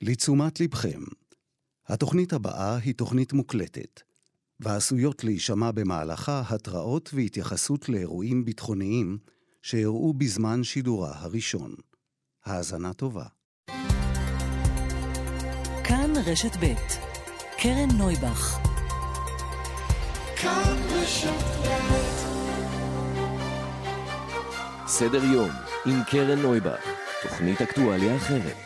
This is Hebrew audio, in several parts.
לתשומת לבכם. התוכנית הבאה היא תוכנית מוקלטת, ועשויות להישמע במהלכה התראות והתייחסות לאירועים ביטחוניים שאירעו בזמן שידורה הראשון. האזנה טובה. כאן רשת ב' קרן נויבך. כאן רשת ב'. סדר יום עם קרן נויבך, תוכנית אקטואליה אחרת.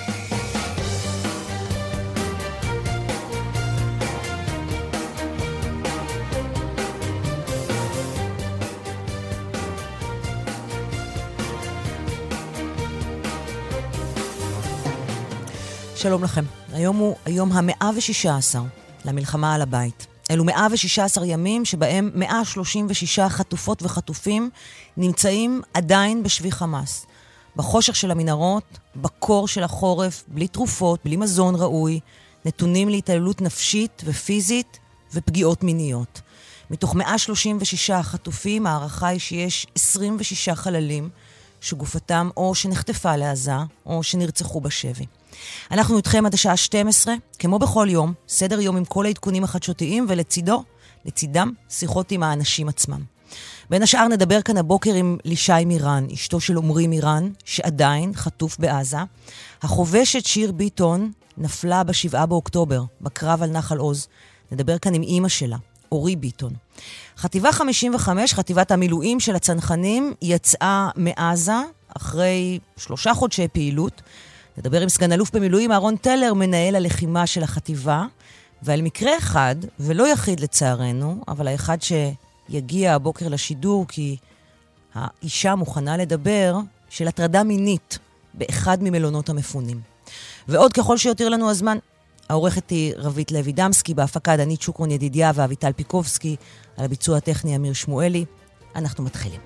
שלום לכם. היום הוא היום ה-116 למלחמה על הבית. אלו 116 ימים שבהם 136 חטופות וחטופים נמצאים עדיין בשבי חמאס. בחושך של המנהרות, בקור של החורף, בלי תרופות, בלי מזון ראוי, נתונים להתעללות נפשית ופיזית ופגיעות מיניות. מתוך 136 חטופים, הערכה היא שיש 26 חללים שגופתם או שנחטפה לעזה או שנרצחו בשבי. אנחנו איתכם עד השעה 12, כמו בכל יום, סדר יום עם כל העדכונים החדשותיים, ולצידם שיחות עם האנשים עצמם. בין השאר נדבר כאן הבוקר עם לישי מירן, אשתו של עומרי מירן, שעדיין חטוף בעזה. החובשת שיר ביטון נפלה ב7 באוקטובר, בקרב על נחל עוז. נדבר כאן עם אמא שלה, אורי ביטון. חטיבה 55, חטיבת המילואים של הצנחנים, יצאה מעזה אחרי 3 חודשי פעילות. נדבר עם סגן אלוף במילואים אהרון טלר, מנהל הלחימה של החטיבה, ועל מקרה אחד, ולא יחיד לצערנו, אבל האחד שיגיע הבוקר לשידור, כי האישה מוכנה לדבר, של הטרדה מינית באחד ממלונות המפונים. ועוד ככל שיותר לנו הזמן, העורכת היא רבית לוי דמסקי, בהפקה דנית שוקרון ידידיה ואביטל פיקובסקי, על הביצוע הטכני אמיר שמואלי. אנחנו מתחילים.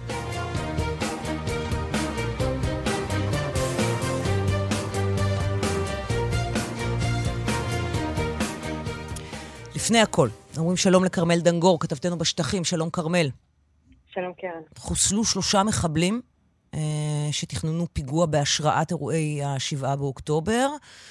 לפני הכל, אומרים שלום לקרמל דנגור, כתבתנו בשטחים, שלום קרמל. שלום קרן. חוסלו 3 מחבלים שתכננו פיגוע בהשראת אירועי ה7 באוקטובר,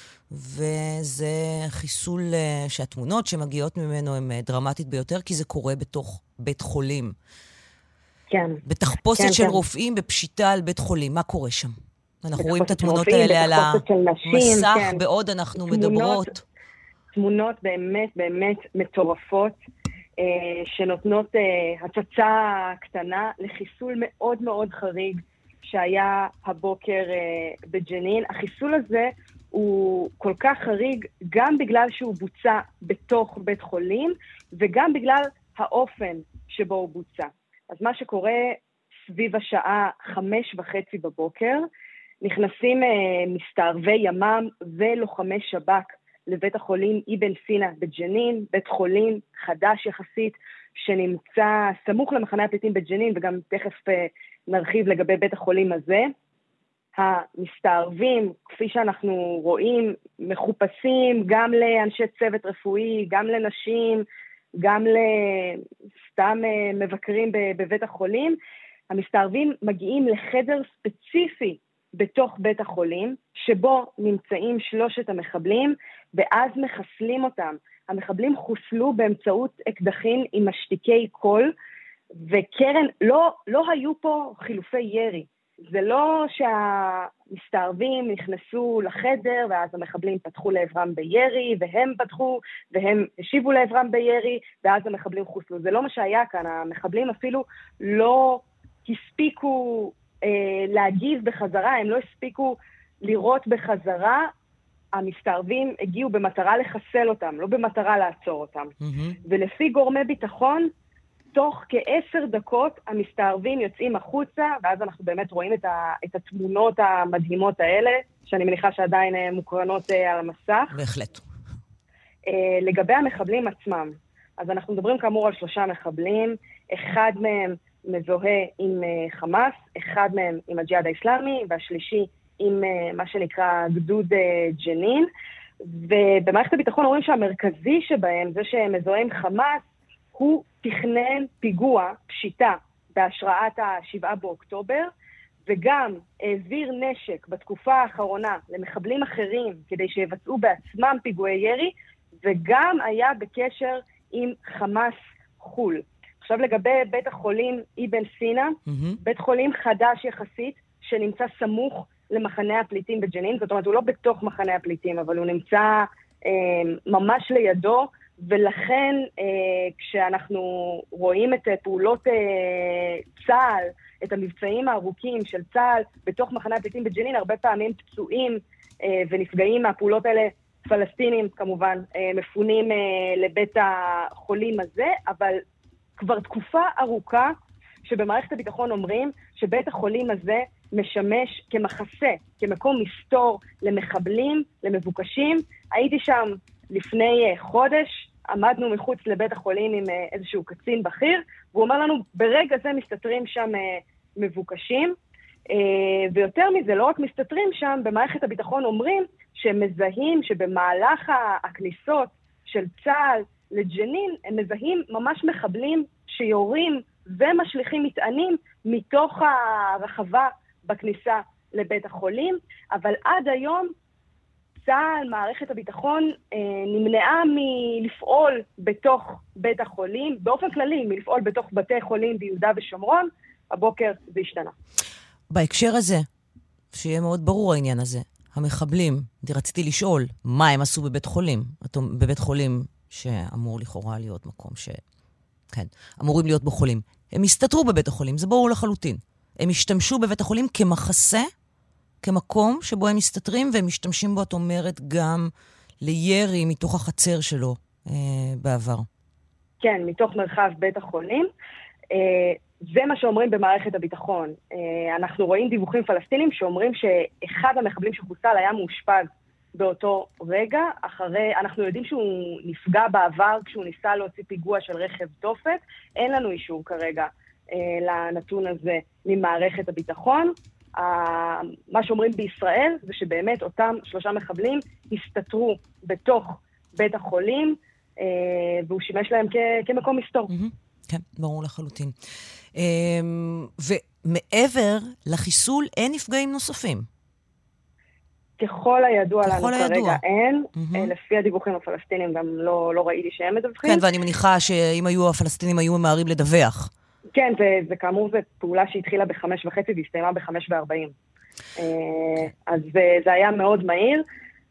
וזה חיסול שהתמונות שמגיעות ממנו הן דרמטית ביותר, כי זה קורה בתוך בית חולים. כן. בתחפושת של רופאים בפשיטה על בית חולים. מה קורה שם? אנחנו רואים את התמונות האלה על המסך, בעוד אנחנו מדברות. תמונות באמת באמת מטורפות, שנותנות הצצה קטנה לחיסול מאוד מאוד חריג שהיה הבוקר בג'נין. החיסול הזה הוא כל כך חריג גם בגלל שהוא בוצע בתוך בית חולים, וגם בגלל האופן שבו הוא בוצע. אז מה שקורה סביב השעה 5:30 בבוקר, נכנסים מסתערבי ימ"מ ולוחמי שב"כ לבית החולים אבן סינה בג'נין, בית חולים חדש יחסית, שנמצא סמוך למחנה הפליטים בג'נין, וגם תכף נרחיב לגבי בית החולים הזה. המסתערבים, כפי שאנחנו רואים, מחופשים גם לאנשי צוות רפואי, גם לנשים, גם לסתם מבקרים בבית החולים. המסתערבים מגיעים לחדר ספציפי בתוך בית החולים, שבו נמצאים 3 המחבלים, ואז מחסלים אותם. המחבלים חוסלו באמצעות אקדחים עם משתיקי קול, וקרן, לא היו פה חילופי ירי. זה לא שהמסתערבים נכנסו לחדר, ואז המחבלים פתחו לעברם בירי, והם פתחו, והם השיבו לעברם בירי, ואז המחבלים חוסלו. זה לא מה שהיה כאן. המחבלים אפילו לא הספיקו להגיב בחזרה, הם לא הספיקו לראות בחזרה. המסתערבים הגיעו במטרה לחסל אותם, לא במטרה לעצור אותם. ולפי גורמי ביטחון, תוך כ10 דקות המסתערבים יוצאים החוצה, ואז אנחנו באמת רואים את התמונות המדהימות האלה, שאני מניחה שעדיין מוקרנות על המסך. בהחלט. לגבי המחבלים עצמם, אז אנחנו מדברים כאמור על 3 מחבלים, אחד מהם מזוהה עם חמאס, אחד מהם עם הג'יהאד האסלאמי, והשלישי עם מה שנקרא גדוד ג'נין, ובמערכת הביטחון אומרים שהמרכזי שבהם, זה שמזוהה עם חמאס, הוא תכנן פיגוע פשיטה בהשראת ה7 באוקטובר, וגם העביר נשק בתקופה האחרונה למחבלים אחרים כדי שיבצעו בעצמם פיגועי ירי, וגם היה בקשר עם חמאס חול. עכשיו לגבי בית החולים אבן סינה, בית חולים חדש יחסית, שנמצא סמוך למחנה הפליטים בג'נין, זאת אומרת הוא לא בתוך מחנה הפליטים, אבל הוא נמצא ממש לידו, ולכן כשאנחנו רואים את פעולות צה"ל, את המבצעים הארוכים של צה"ל בתוך מחנה הפליטים בג'נין, הרבה פעמים פצועים ונפגעים מהפעולות האלה, פלסטינים כמובן, מפונים לבית החולים הזה, אבל כבר תקופה ארוכה שבמערכת הביטחון אומרים שבית החולים הזה משמש כמחסה, כמקום מסתור למחבלים, למבוקשים. הייתי שם לפני חודש, עמדנו מחוץ לבית החולים עם איזשהו קצין בכיר, והוא אומר לנו, ברגע זה מסתתרים שם מבוקשים, ויותר מזה, לא רק מסתתרים שם, במערכת הביטחון אומרים שהם מזהים שבמהלך הכניסות של צה"ל לג'נין, הם מזהים ממש מחבלים שיורים ומשליחים מטענים מתוך הרחבה בכניסה לבית החולים, אבל עד היום צה"ל, מערכת הביטחון, נמנעה מלפעול בתוך בית החולים, באופן כללי, מלפעול בתוך בתי חולים ביהודה ושומרון. הבוקר זה השתנה. בהקשר הזה, שיהיה מאוד ברור העניין הזה, המחבלים, רציתי לשאול, מה הם עשו בבית חולים? בבית חולים שאמור לכאורה להיות מקום כן, אמורים להיות בו חולים. הם הסתתרו בבית החולים, זה ברור לחלוטין. הם השתמשו בבית החולים כמחסה, כמקום שבו הם מסתתרים, והם משתמשים בו, את אומרת, גם לירי מתוך החצר שלו בעבר. כן, מתוך מרחב בית החולים. זה מה שאומרים במערכת הביטחון. אנחנו רואים דיווחים פלסטינים שאומרים שאחד המחבלים שחוסל היה מאושפז באותו רגע. אנחנו יודעים שהוא נפגע בעבר כשהוא ניסה להוציא פיגוע של רכב תופת. אין לנו אישור כרגע לנתון הזה ממערכת הביטחון. מה שאומרים בישראל זה שבאמת אותם 3 מחבלים הסתתרו בתוך בית החולים, והוא שימש להם כמקום מסתור. כן, ברור לחלוטין. ומעבר לחיסול אין נפגעים נוספים? ככל הידוע לנו כרגע אין. לפי הדיווחים הפלסטינים גם לא ראיתי שהם מדווחים. כן, ואני מניחה שאם היו הפלסטינים היו ממהרים לדווח. כן, וכאמור זו פעולה שהתחילה ב5:30 והסתיימה ב5:40. אז זה היה מאוד מהיר.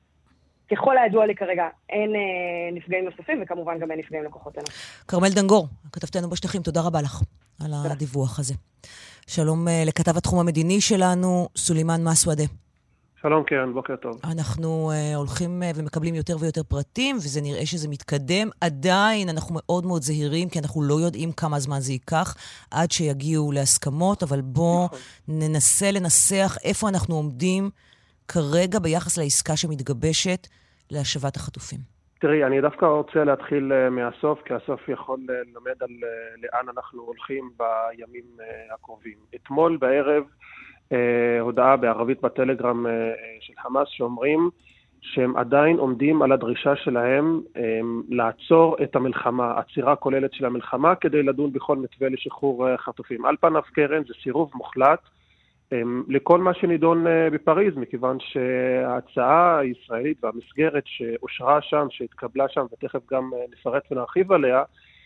ככל הידוע לי כרגע אין נפגעים נוספים, וכמובן גם אין נפגעים לכוחותינו. כרמל דנגור, כתבתנו בשטחים, תודה רבה לך על הדיווח הזה. שלום לכתב התחום המדיני שלנו, סולימן מסוודה. שלום קרן, בוקר טוב. אנחנו הולכים ומקבלים יותר ויותר פרטים, וזה נראה שזה מתקדם. עדיין אנחנו מאוד מאוד זהירים, כי אנחנו לא יודעים כמה זמן זה ייקח עד שיגיעו להסכמות, אבל בוא ננסה לנסח איפה אנחנו עומדים כרגע ביחס לעסקה שמתגבשת להשבת החטופים. תראי, אני דווקא רוצה להתחיל מהסוף, כי הסוף יכול ללמד על לאן אנחנו הולכים בימים הקרובים. אתמול בערב הודעה בערבית בטלגרם של חמאס שאומרים שהם עדיין עומדים על הדרישה שלהם לעצור את המלחמה, עצירה כוללת של המלחמה, כדי לדון בכל מתווה לשחרור חטופים. על פניו קרן זה סירוב מוחלט לכל מה שנידון בפריז, מכיוון שההצעה הישראלית והמסגרת שאושרה שם, שהתקבלה שם, ותכף גם נפרט ונרחיב עליה,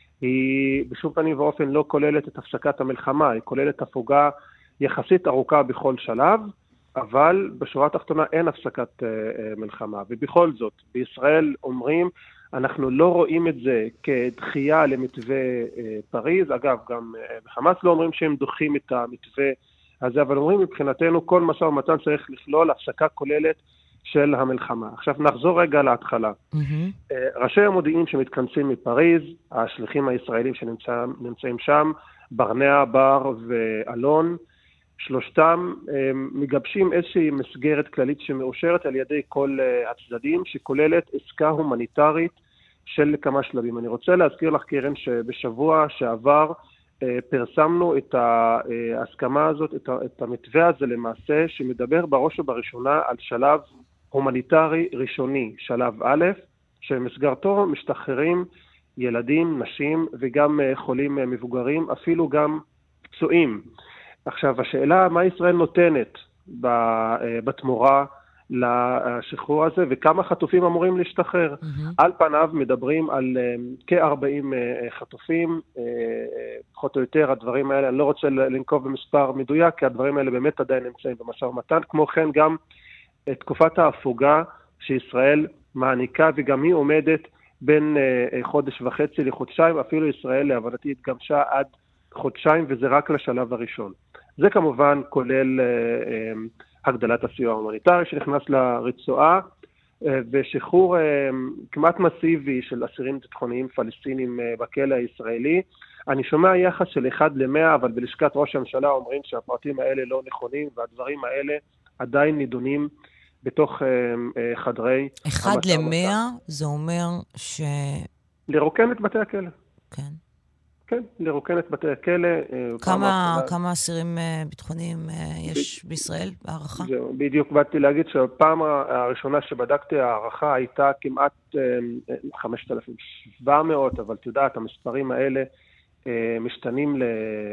היא בשום פנים ואופן לא כוללת את הפסקת המלחמה, היא כוללת הפוגה יחסית ארוכה בכל שלב, אבל בשורה התחתונה אין הפסקת מלחמה. ובכל זאת, בישראל אומרים, אנחנו לא רואים את זה כדחייה למתווה פריז, אגב, גם בחמאס לא אומרים שהם דוחים את המתווה הזה, אבל אומרים מבחינתנו כל משא ומתן צריך לכלול הפסקה כוללת של המלחמה. עכשיו נחזור רגע להתחלה. ראשי המודיעין שמתכנסים מפריז, השליחים הישראלים שנמצאים שם, ברנע, בר ואלון, שלושתם מגבשים איזושהי מסגרת כללית שמאושרת על ידי כל הצדדים, שכוללת עסקה הומניטרית של כמה שלבים. אני רוצה להזכיר לך קרן שבשבוע שעבר פרסמנו את ההסכמה הזאת, את המתווה הזה למעשה, שמדבר בראש ובראשונה על שלב הומניטרי ראשוני, שלב א', שמסגרתו משתחררים ילדים, נשים וגם חולים מבוגרים, אפילו גם פצועים. עכשיו, השאלה מה ישראל נותנת בתמורה לשחרור הזה, וכמה חטופים אמורים להשתחרר. על פניו מדברים על כ-40 חטופים, פחות או יותר הדברים האלה, אני לא רוצה לנקוב במספר מדויק, כי הדברים האלה באמת עדיין נמצאים במשא ומתן, כמו כן גם תקופת ההפוגה שישראל מעניקה, וגם היא עומדת בין חודש וחצי לחודשיים, אפילו ישראל להבנתי התגמשה עד חודשיים, וזה רק לשלב הראשון. זה כמובן כולל הגדלת הסיוע ההומניטרי שנכנס לרצועה, ושחרור כמעט מסיבי של אסירים ביטחוניים פלסטינים בכלא הישראלי. אני שומע יחס של 1 ל-100, אבל בלשכת ראש הממשלה אומרים שהפרטים האלה לא נכונים, והדברים האלה עדיין נידונים בתוך חדרי 1 ל-100 זה אומר לרוקן את בתי הכלא. כן. כן, לרוקן את בתי הכלא. כמה אסירים ביטחוניים יש בישראל, הערכה? בדיוק באתי להגיד שהפעם הראשונה שבדקתי הערכה הייתה כמעט 5,700, אבל תדעת, המספרים האלה משתנים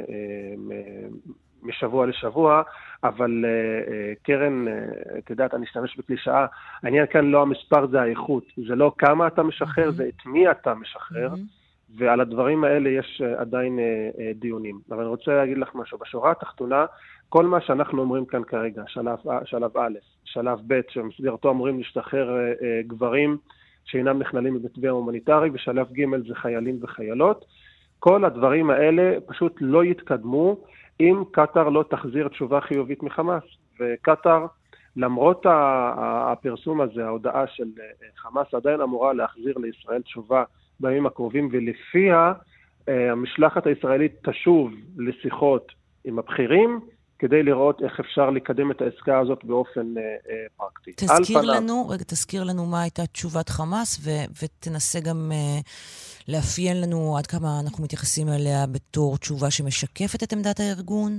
משבוע לשבוע, אבל קרן, תדעת, אני אשתמש בקלישאה, העניין כאן לא המספר, זה האיכות, זה לא כמה אתה משחרר, זה את מי אתה משחרר, ועל הדברים האלה יש עדיין דיונים. אבל אני רוצה להגיד לך משהו, בשורה התחתונה, כל מה שאנחנו אומרים כאן כרגע, שלב א', שלב ב', שבמסגרתו אמורים להשתחרר גברים שאינם נכללים במתווה ההומניטרי, ושלב ג' זה חיילים וחיילות, כל הדברים האלה פשוט לא יתקדמו אם קטר לא תחזיר תשובה חיובית מחמאס. וקטר, למרות הפרסום הזה, ההודעה של חמאס עדיין אמורה להחזיר לישראל תשובה בימים הקרובים, ולפיה המשלחת הישראלית תשוב לשיחות עם הבכירים, כדי לראות איך אפשר לקדם את העסקה הזאת באופן פרקטי. תזכיר לנו מה הייתה תשובת חמאס, ותנסה גם לאפיין לנו עד כמה אנחנו מתייחסים אליה בתור תשובה שמשקפת את עמדת הארגון.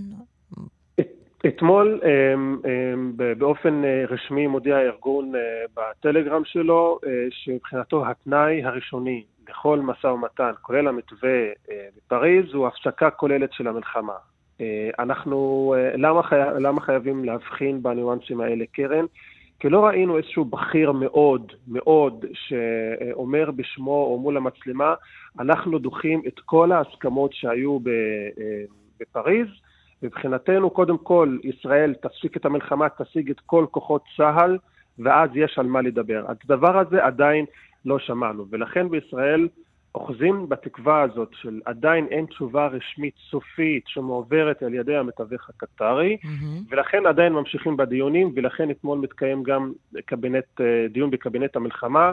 אתמול באופן רשמי מודיע הארגון בטלגרם שלו, שמבחינתו התנאי הראשוני לכל משא ומתן, כולל המתווה בפריז, הוא הפסקה כוללת של המלחמה. אנחנו, למה חייבים להבחין בניואנסים האלה, קרן? כי לא ראינו איזשהו בכיר מאוד מאוד שאומר בשמו או מול המצלמה, אנחנו דוחים את כל ההסכמות שהיו בפריז, מבחינתנו קודם כל ישראל תפסיק את המלחמה, תשיג את כל כוחות צה"ל, ואז יש על מה לדבר. הדבר הזה עדיין לא שמענו, ולכן בישראל אוחזים בתקווה הזאת של עדיין אין תשובה רשמית סופית שמועברת על ידי המתווך הקטרי, ולכן עדיין ממשיכים בדיונים, ולכן אתמול מתקיים גם דיון בקבינט המלחמה,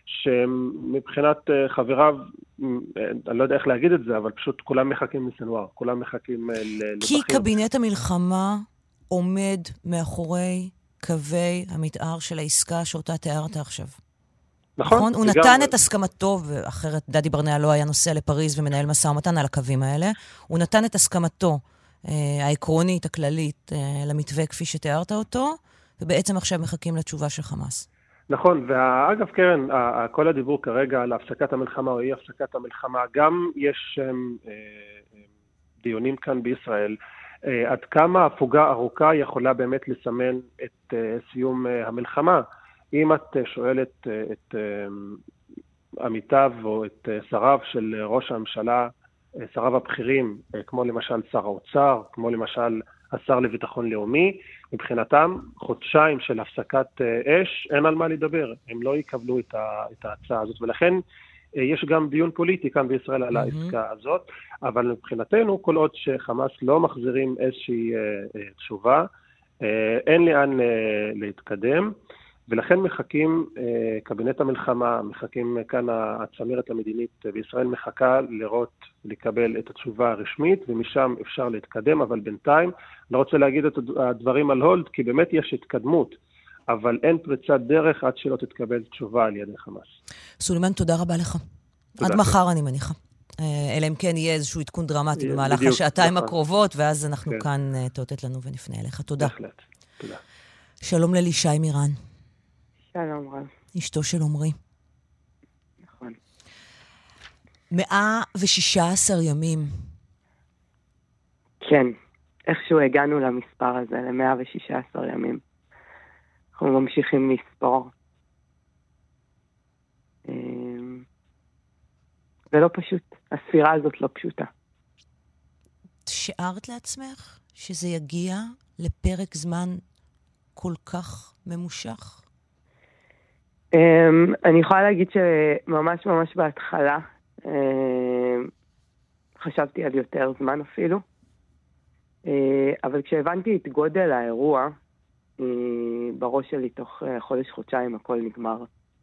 שמבחינת חבריו, אני לא יודע איך להגיד את זה, אבל פשוט כולם מחכים לסנואר, כולם מחכים לבחיר. כי קבינט המלחמה עומד מאחורי קווי המתאר של העסקה שאותה תיארת עכשיו. נכון? הוא נתן את הסכמתו, ואחרת דדי ברנע לא היה נוסע לפריז ומנהל משא ומתן על הקווים האלה, הוא נתן את הסכמתו העקרונית, הכללית, למתווה כפי שתיארת אותו, ובעצם עכשיו מחכים לתשובה של חמאס. נכון, ואגב קרן, כל הדיבור כרגע על הפסקת המלחמה או אי הפסקת המלחמה, גם יש דיונים כאן בישראל, עד כמה הפוגה ארוכה יכולה באמת לסמן את סיום המלחמה. אם את שואלת את עמיתיו או את שריו של ראש הממשלה, שריו הבכירים, כמו למשל שר האוצר, כמו למשל השר לביטחון לאומי, מבחינתם חודשיים של הפסקת אש, אין על מה לדבר, הם לא יקבלו את ההצעה הזאת, ולכן יש גם דיון פוליטי כאן בישראל על העסקה הזאת, אבל מבחינתנו, כל עוד שחמאס לא מחזירים איזושהי תשובה, אין לאן להתקדם, ולכן מחכים קבינט המלחמה, מחכים כאן הצמרת המדינית בישראל מחכה לראות, לקבל את התשובה הרשמית, ומשם אפשר להתקדם, אבל בינתיים, לא רוצה להגיד את הדברים על הולד, כי באמת יש התקדמות, אבל אין פריצת דרך עד שלא תתקבל תשובה על ידי חמאס. סולימן, תודה רבה לך. עד מחר אני מניחה. אלא אם כן יהיה איזשהו עדכון דרמטי במהלך השעתיים הקרובות, ואז אנחנו כאן תאותת לנו ונפנה אליך. תודה. בהחלט. תודה. שלום ללישי מירן. שלום רב. אשתו של עומרי. נכון. 116 ימים. כן. איכשהו הגענו למספר הזה, ל-116 ימים. אנחנו ממשיכים לספור. זה לא פשוט. הספירה הזאת לא פשוטה. שערת לעצמך שזה יגיע לפרק זמן כל כך ממושך? אני יכולה להגיד שממש ממש בהתחלה חשבתי על יותר זמן אפילו, אבל כשהבנתי את גודל האירוע, בראש שלי תוך חודש-חודשיים הכל נגמר.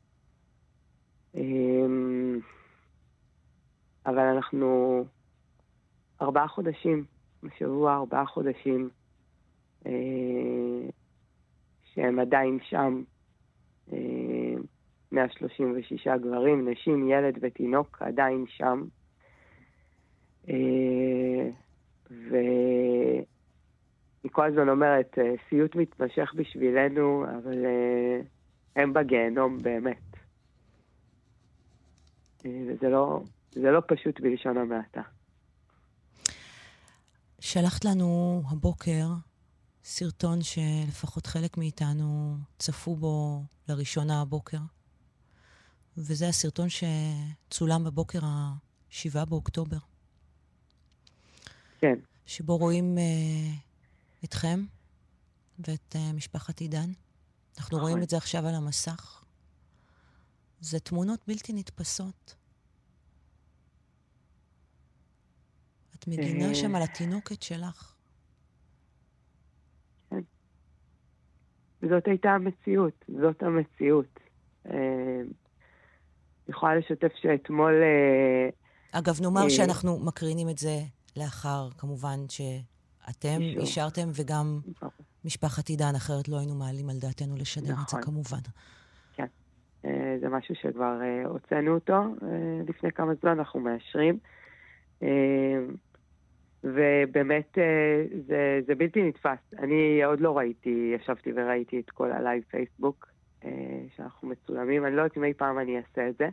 אבל אנחנו 4 חודשים, בשבוע 4 חודשים, שהם עדיין שם, 136 גברים, נשים, ילד ותינוק עדיין שם. ואני כל הזמן אומרת, סיוט מתמשך בשבילנו, אבל הם בגיהנום באמת. וזה לא פשוט בלשון המעטה. שלחת לנו הבוקר סרטון שלפחות חלק מאיתנו צפו בו לראשונה הבוקר. וזה הסרטון שצולם בבוקר ה-7 באוקטובר. כן. שבו רואים אתכם ואת משפחת עידן. אנחנו רואים את זה עכשיו על המסך. זה תמונות בלתי נתפסות. את מגינה שם על התינוקת שלך. כן. זאת הייתה המציאות. זאת המציאות. יכולה לשתף שאתמול... אגב, נאמר שאנחנו מקרינים את זה לאחר, כמובן שאתם אישרתם וגם משפחת עידן, אחרת לא היינו מעלים על דעתנו לשדר את זה כמובן. כן. זה משהו שכבר הוצאנו אותו. לפני כמה זמן אנחנו מאשרים. ובאמת זה בלתי נתפס. אני עוד לא ראיתי, ישבתי וראיתי את כל הלייב פייסבוק שאנחנו מצולמים. אני לא יודעת אם אי פעם אני אעשה את זה.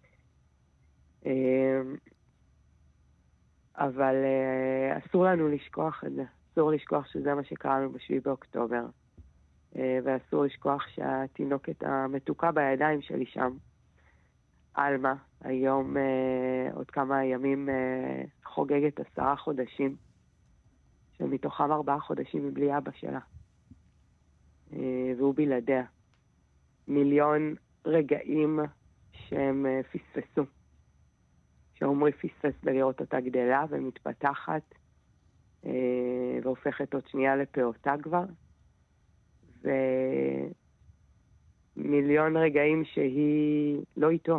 אבל אסור לנו לשכוח את זה. אסור לשכוח שזה מה שקראנו ב7 באוקטובר. ואסור לשכוח שהתינוקת המתוקה בידיים שלי שם, אלמה, היום עוד כמה ימים חוגגת 10 חודשים, שמתוכם 4 חודשים מבלי אבא שלה. והוא בלעדיה. 1,000,000 רגעים שהם פספסו. שעומרי פספס בלראות אותה גדלה ומתפתחת, והופכת עוד שנייה לפעוטה כבר. ו1,000,000 רגעים שהיא לא איתו.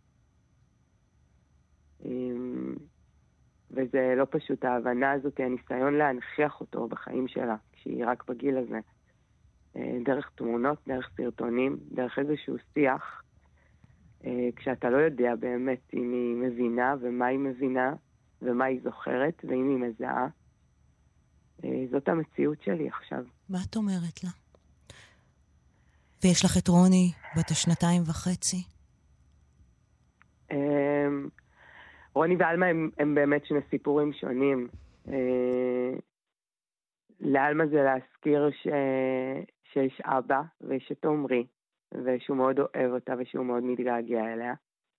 וזה לא פשוט, ההבנה הזאת, הניסיון להנכיח אותו בחיים שלה, כשהיא רק בגיל הזה. דרך תמונות, דרך סרטונים, דרך איזשהו שיח, כשאתה לא יודע באמת אם היא מבינה ומה היא מבינה ומה היא זוכרת ואם היא מזהה. זאת המציאות שלי עכשיו. מה את אומרת לה? ויש לך את רוני בת 2.5. רוני ואלמה הם באמת שני סיפורים שונים. לאלמה זה להזכיר שיש אבא ויש את עומרי, ושהוא מאוד אוהב אותה ושהוא מאוד מתגעגע אליה.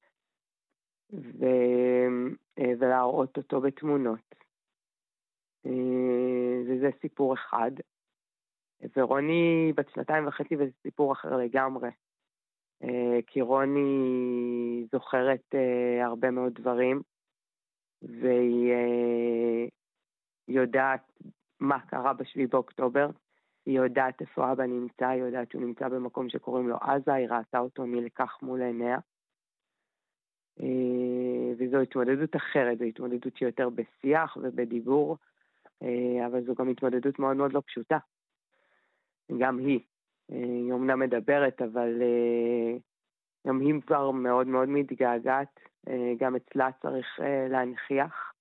ולהראות אותו בתמונות. וזה סיפור אחד. ורוני בת 2.5 וזה סיפור אחר לגמרי. כי רוני זוכרת הרבה מאוד דברים, והיא יודעת מה קרה ב7 באוקטובר, היא יודעת איפה אבא נמצא, היא יודעת שהוא נמצא במקום שקוראים לו עזה, היא ראתה אותו נלקח מול עיניה. וזו התמודדות אחרת, זו התמודדות שיותר בשיח ובדיבור, אבל זו גם התמודדות מאוד מאוד לא פשוטה. גם היא אומנם מדברת, אבל גם היא כבר מאוד מאוד מתגעגעת, גם אצלה צריך להנכיח.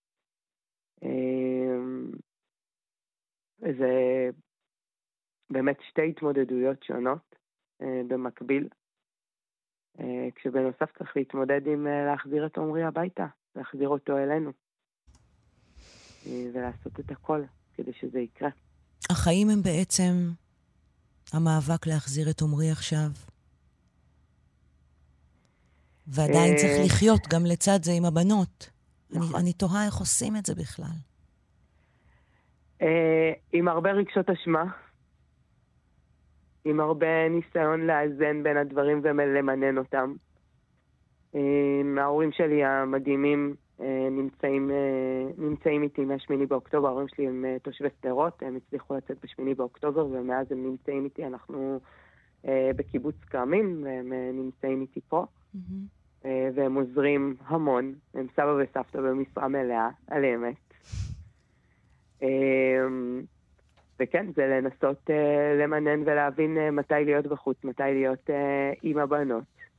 זה באמת 2 התמודדויות שונות במקביל, כשבנוסף צריך להתמודד עם להחזיר את עומרי הביתה, להחזיר אותו אלינו, ולעשות את הכל. כדי שזה יקרה. החיים הם בעצם המאבק להחזיר את עומרי עכשיו. ועדיין צריך לחיות גם לצד זה עם הבנות. נכון. אני תוהה איך עושים את זה בכלל. עם הרבה רגשות אשמה, עם הרבה ניסיון לאזן בין הדברים ולמנן אותם. ההורים שלי המדהימים נמצאים איתי מה-8 באוקטובר. ההורים שלי הם תושבי שדרות, הם הצליחו לצאת ב-8 באוקטובר, ומאז הם נמצאים איתי. אנחנו בקיבוץ כרמים, והם נמצאים איתי פה. והם עוזרים המון. הם סבא וסבתא במשרה מלאה, על אמת. וכן, זה לנסות למנן ולהבין מתי להיות בחוץ, מתי להיות עם הבנות.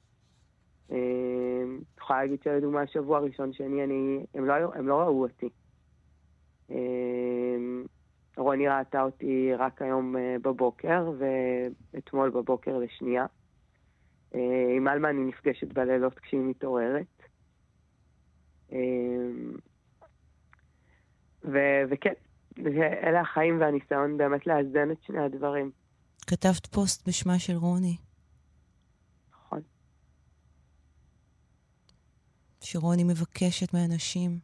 יכולה להגיד שלדוגמה, השבוע הראשון שני, הם לא ראו אותי. רוני ראתה אותי רק היום בבוקר, ואתמול בבוקר לשנייה. עם אלמה אני נפגשת בלילות כשהיא מתעוררת. וכן, אלה החיים והניסיון באמת לאזן את שני הדברים. כתבת פוסט בשמה של רוני. נכון. שרוני מבקשת מאנשים.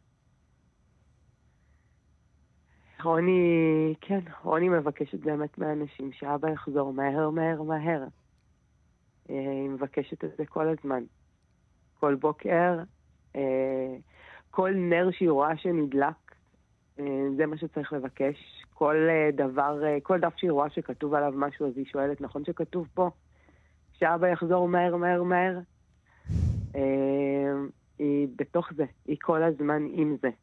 רוני מבקשת באמת מאנשים שאבא יחזור מהר, מהר, מהר. היא מבקשת את זה כל הזמן. כל בוקר, כל נר שהיא רואה שנדלק, זה מה שצריך לבקש. כל דף שהיא רואה שכתוב עליו משהו, אז היא שואלת, נכון שכתוב פה? שאבא יחזור מהר, מהר, מהר. היא בתוך זה, היא כל הזמן עם זה.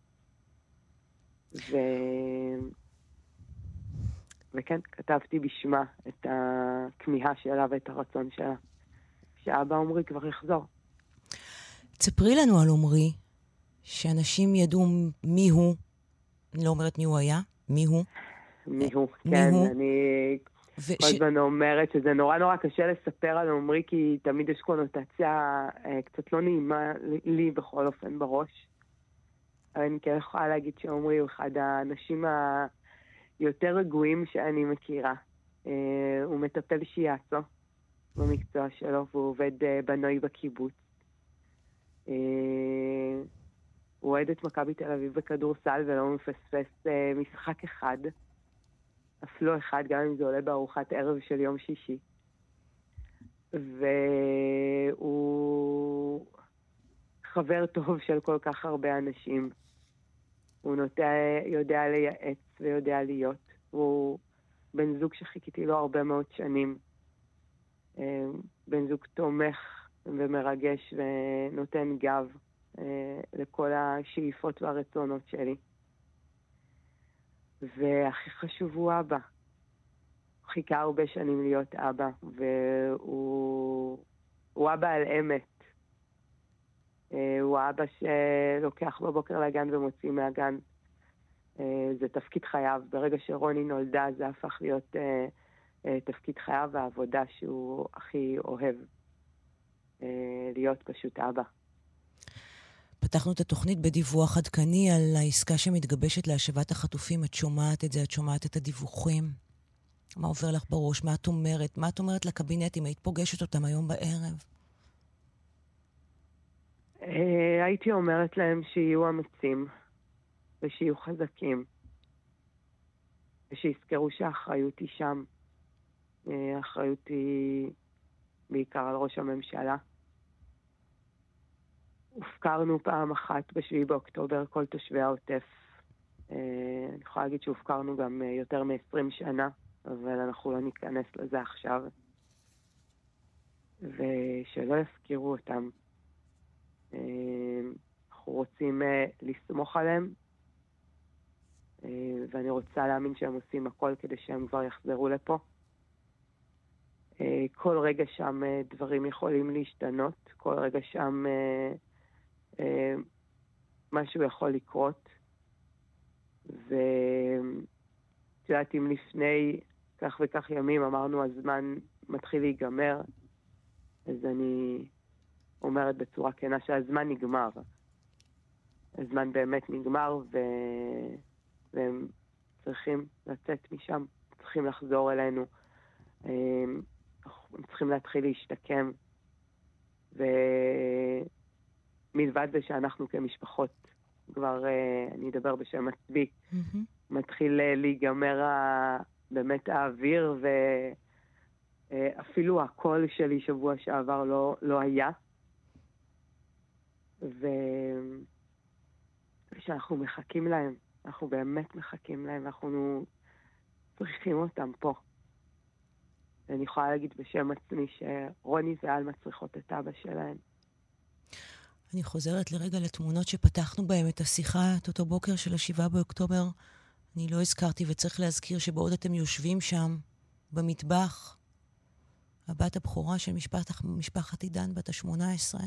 וכן, כתבתי בשמה את הכמיהה שלה ואת הרצון שלה. שאבא עומרי כבר יחזור. תספרי לנו על עומרי, שאנשים ידעו מי הוא. אני לא אומרת מי הוא היה, מי הוא. מי הוא, כן. אני כל הזמן אומרת שזה נורא נורא קשה לספר על עומרי, כי תמיד יש קונוטציה קצת לא נעימה לי בכל אופן בראש. אבל אני כן יכולה להגיד שעומרי הוא אחד האנשים היותר רגועים שאני מכירה. הוא מטפל שיאצו במקצוע שלו, והוא עובד בנוי בקיבוץ. הוא אוהד את מכבי תל אביב בכדורסל ולא מפספס משחק אחד. אף לא אחד, גם אם זה עולה בארוחת ערב של יום שישי. והוא חבר טוב של כל כך הרבה אנשים. הוא יודע לייעץ ויודע להיות. הוא בן זוג שחיכיתי לו הרבה מאוד שנים. בן זוג תומך ומרגש ונותן גב לכל השאיפות והרצונות שלי. והכי חשוב הוא אבא. הוא חיכה הרבה שנים להיות אבא, והוא אבא על אמת. הוא אבא שלוקח בבוקר לגן ומוציא מהגן. זה תפקיד חייו. ברגע שרוני נולדה זה הפך להיות תפקיד חייו והעבודה שהוא הכי אוהב. להיות פשוט אבא. פתחנו את התוכנית בדיווח עדכני על העסקה שמתגבשת להשבת החטופים. את שומעת את זה, את שומעת את הדיווחים. מה עובר לך בראש? מה את אומרת? מה את אומרת לקבינט אם היית פוגשת אותם היום בערב? הייתי אומרת להם שיהיו אמיצים ושיהיו חזקים ושיזכרו שהאחריות היא שם. האחריות היא בעיקר על ראש הממשלה. הופקרנו פעם אחת ב7 באוקטובר כל תושבי העוטף. אני יכולה להגיד שהופקרנו גם יותר מ-20 שנה, אבל אנחנו לא ניכנס לזה עכשיו. ושלא יזכירו אותם. אנחנו רוצים לסמוך עליהם, ואני רוצה להאמין שהם עושים הכל כדי שהם כבר יחזרו לפה. כל רגע שם דברים יכולים להשתנות, כל רגע שם משהו יכול לקרות. ואת יודעת, אם לפני כך וכך ימים אמרנו הזמן מתחיל להיגמר, אז אני אומרת בצורה כנה שהזמן נגמר. הזמן באמת נגמר, צריכים לצאת משם, צריכים לחזור אלינו, הם צריכים להתחיל להשתקם, ומלבד זה שאנחנו כמשפחות, כבר אני אדבר בשם עצמי, מתחיל להיגמר באמת האוויר, ואפילו הקול שלי שבוע שעבר לא היה. ושאנחנו מחכים להם, אנחנו באמת מחכים להם, אנחנו צריכים אותם פה. אני יכולה להגיד בשם עצמי שרוני ואלמה צריכות את אבא שלהם. אני חוזרת לרגע לתמונות שפתחנו בהם את השיחה, את אותו בוקר של 7 באוקטובר. אני לא הזכרתי וצריך להזכיר שבעוד אתם יושבים שם, במטבח, הבת הבכורה של משפחת עידן, בת ה-18,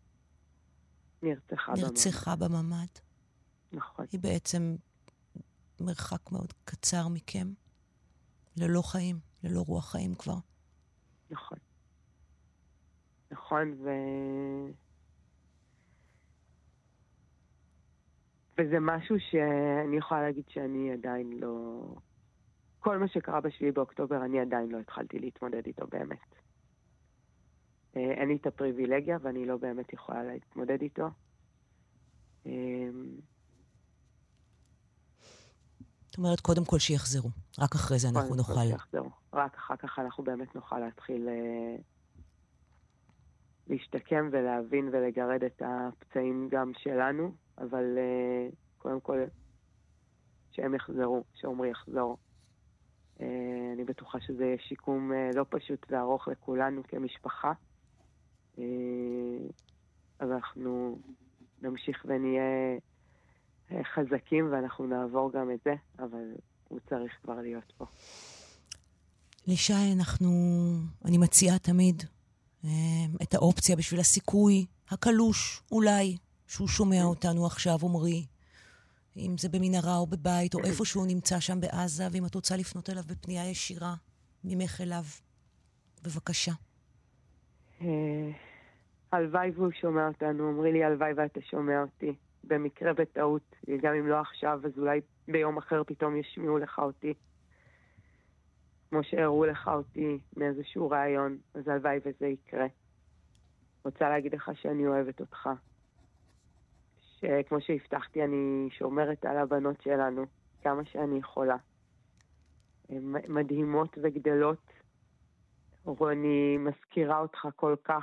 נרצחה בממד. נכון. היא בעצם מרחק מאוד קצר מכם, ללא חיים, ללא רוח חיים כבר. נכון. נכון, וזה משהו שאני יכולה להגיד שאני עדיין לא... כל מה שקרה ב7 באוקטובר, אני עדיין לא התחלתי להתמודד איתו באמת. אין לי את הפריבילגיה, ואני לא באמת יכולה להתמודד איתו. זאת אומרת, קודם כל שיחזרו. רק אחרי זה אנחנו נוכל... רק אחר כך אנחנו באמת נוכל להתחיל להשתקם ולהבין ולגרד את הפצעים גם שלנו, אבל קודם כל שהם יחזרו, שעומרי יחזור. אני בטוחה שזה יהיה שיקום לא פשוט וארוך לכולנו כמשפחה. אז אנחנו נמשיך ונהיה חזקים ואנחנו נעבור גם את זה, אבל הוא צריך כבר להיות פה. לישי, אני מציעה תמיד את האופציה בשביל הסיכוי הקלוש, אולי, שהוא שומע אותנו עכשיו, עומרי, אם זה במנהרה או בבית, או איפה שהוא נמצא שם בעזה, ואם את רוצה לפנות אליו בפנייה ישירה, ממך אליו, בבקשה. הלוואי והוא שומע אותנו, אומרי לי הלוואי ואתה שומע אותי, במקרה בטעות, גם אם לא עכשיו, אז אולי ביום אחר פתאום ישמיעו לך אותי, כמו שהראו לך אותי מאיזשהו רעיון, אז הלוואי וזה יקרה. רוצה להגיד לך שאני אוהבת אותך, שכמו שהבטחתי אני שומרת על הבנות שלנו, כמה שאני יכולה. הן מדהימות וגדלות, רוני מזכירה אותך כל כך,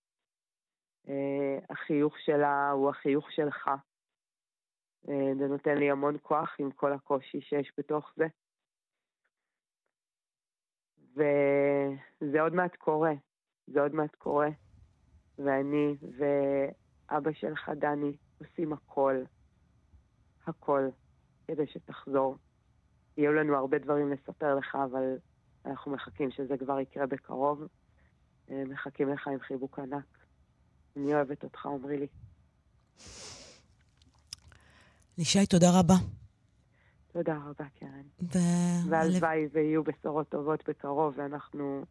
החיוך שלה הוא החיוך שלך. זה נותן לי המון כוח עם כל הקושי שיש בתוך זה. וזה עוד מעט קורה. זה עוד מעט קורה. ואני ואבא שלך דני עושים הכל, כדי שתחזור. יהיו לנו הרבה דברים לספר לך, אבל אנחנו מחכים שזה כבר יקרה בקרוב. מחכים לך עם חיבוק ענק. אני אוהבת אותך, אומרי לי. לישי, תודה רבה. תודה רבה, קרן. והלוואי ויהיו בשורות טובות בקרוב, ואנחנו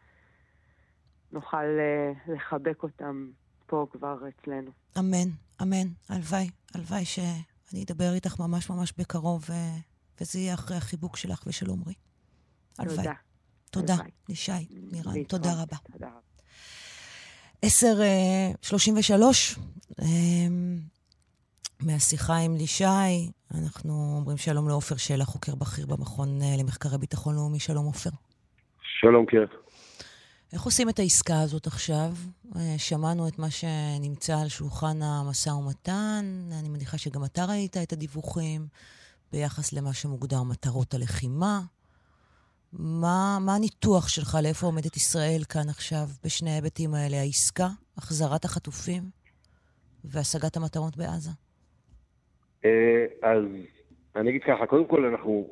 נוכל לחבק אותם פה כבר אצלנו. אמן, אמן. הלוואי שאני אדבר איתך ממש ממש בקרוב, וזה יהיה אחרי החיבוק שלך ושל עומרי. הלוואי. תודה, לישי, נירן. תודה רבה. תודה רבה. 10:33, מהשיחה עם לישי, אנחנו אומרים שלום לעופר שאלה, חוקר בכיר במכון למחקרי ביטחון לאומי. שלום עופר. שלום קרן. איך עושים את העסקה הזאת עכשיו? שמענו את מה שנמצא על שולחן המשא ומתן, אני מניחה שגם אתה ראית את הדיווחים ביחס למה שמוגדר מטרות הלחימה. מה הניתוח שלך לאיפה עומדת ישראל כאן עכשיו בשני ההיבטים האלה, העסקה, החזרת החטופים והשגת המטרות בעזה? אז אני אגיד ככה, קודם כל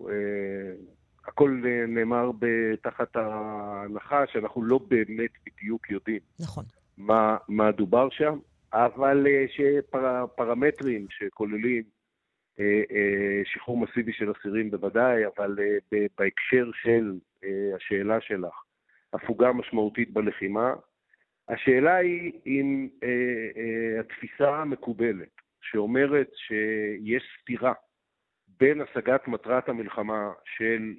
הכל נאמר תחת ההנחה שאנחנו לא באמת בדיוק יודעים. נכון. מה דובר שם, אבל שפרמטרים שכוללים שחרור מסיבי של אסירים בוודאי, אבל בהקשר של השאלה שלך, הפוגה משמעותית בלחימה, השאלה היא אם התפיסה המקובלת שאומרת שיש סתירה בין השגת מטרת המלחמה של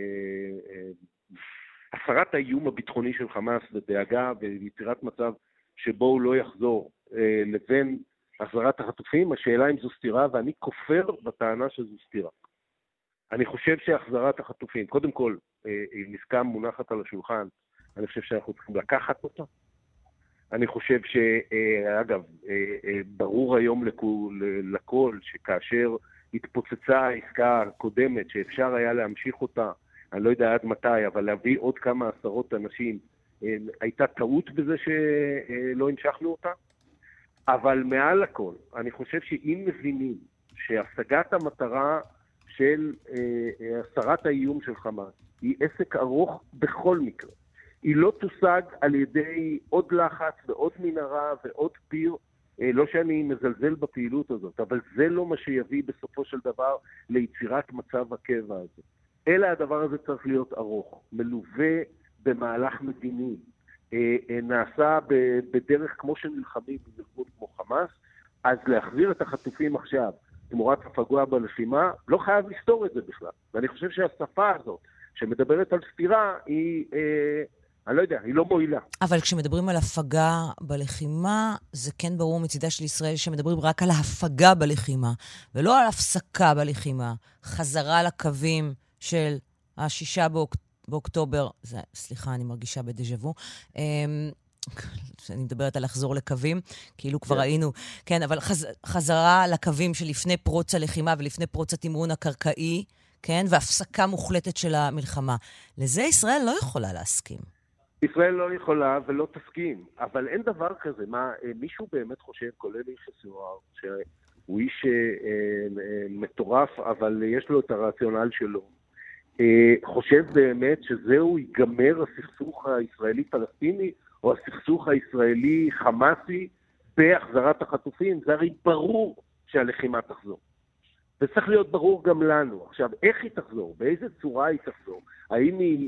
הסרת האיום הביטחוני של חמאס ודאגה ויצירת מצב שבו הוא לא יחזור, לבין החזרת החטופים, השאלה אם זו סתירה, ואני כופר בטענה שזו סתירה. אני חושב שהחזרת החטופים, קודם כל, היא נזקה מונחת על השולחן, אני חושב שאנחנו צריכים לקחת אותה. אני חושב שאגב, ברור היום לכל שכאשר התפוצצה העסקה הקודמת, שאפשר היה להמשיך אותה, אני לא יודע עד מתי, אבל להביא עוד כמה עשרות אנשים, הייתה טעות בזה שלא המשכנו אותה. אבל מעל הכל, אני חושב שאם מבינים שהשגת המטרה של הסרת האיום של חמאס היא עסק ארוך בכל מקרה, היא לא תושג על ידי עוד לחץ ועוד מנהרה ועוד פיר, לא שאני מזלזל בפעילות הזאת, אבל זה לא מה שיביא בסופו של דבר ליצירת מצב הקבע הזה. אלא הדבר הזה צריך להיות ארוך, מלווה במהלך מדיני, נעשה בדרך כמו שנלחמים בארגון כמו חמאס, אז להחזיר את החטופים עכשיו, תמורת הפגוע בלחימה, לא חייב לסתור את זה בכלל. ואני חושב שהשפה הזאת, שמדברת על סתירה, היא, אני לא יודע, היא לא מועילה. אבל כשמדברים על הפגה בלחימה, זה כן ברור מצידה של ישראל שמדברים רק על ההפגה בלחימה, ולא על הפסקה בלחימה, חזרה לקווים של ה-6 באוקטובר, סליחה, אני מרגישה בדז'אבו, אני מדברת על לחזור לקווים, כאילו כבר היינו, כן, אבל חזרה לקווים שלפני פרוץ הלחימה ולפני פרוץ התמרון הקרקעי, כן, והפסקה מוחלטת של המלחמה. לזה ישראל לא יכולה להסכים. ישראל לא יכולה ולא תסכים, אבל אין דבר כזה. מה, מישהו באמת חושב, כולל איש הסוהר, שהוא איש מטורף, אבל יש לו את הרציונל שלו, חושב באמת שזהו ייגמר הסכסוך הישראלי-פלסטיני, או הסכסוך הישראלי-חמאסי בהחזרת החטופים? זה הרי ברור שהלחימה תחזור. זה צריך להיות ברור גם לנו. עכשיו, איך היא תחזור? באיזה צורה היא תחזור? האם היא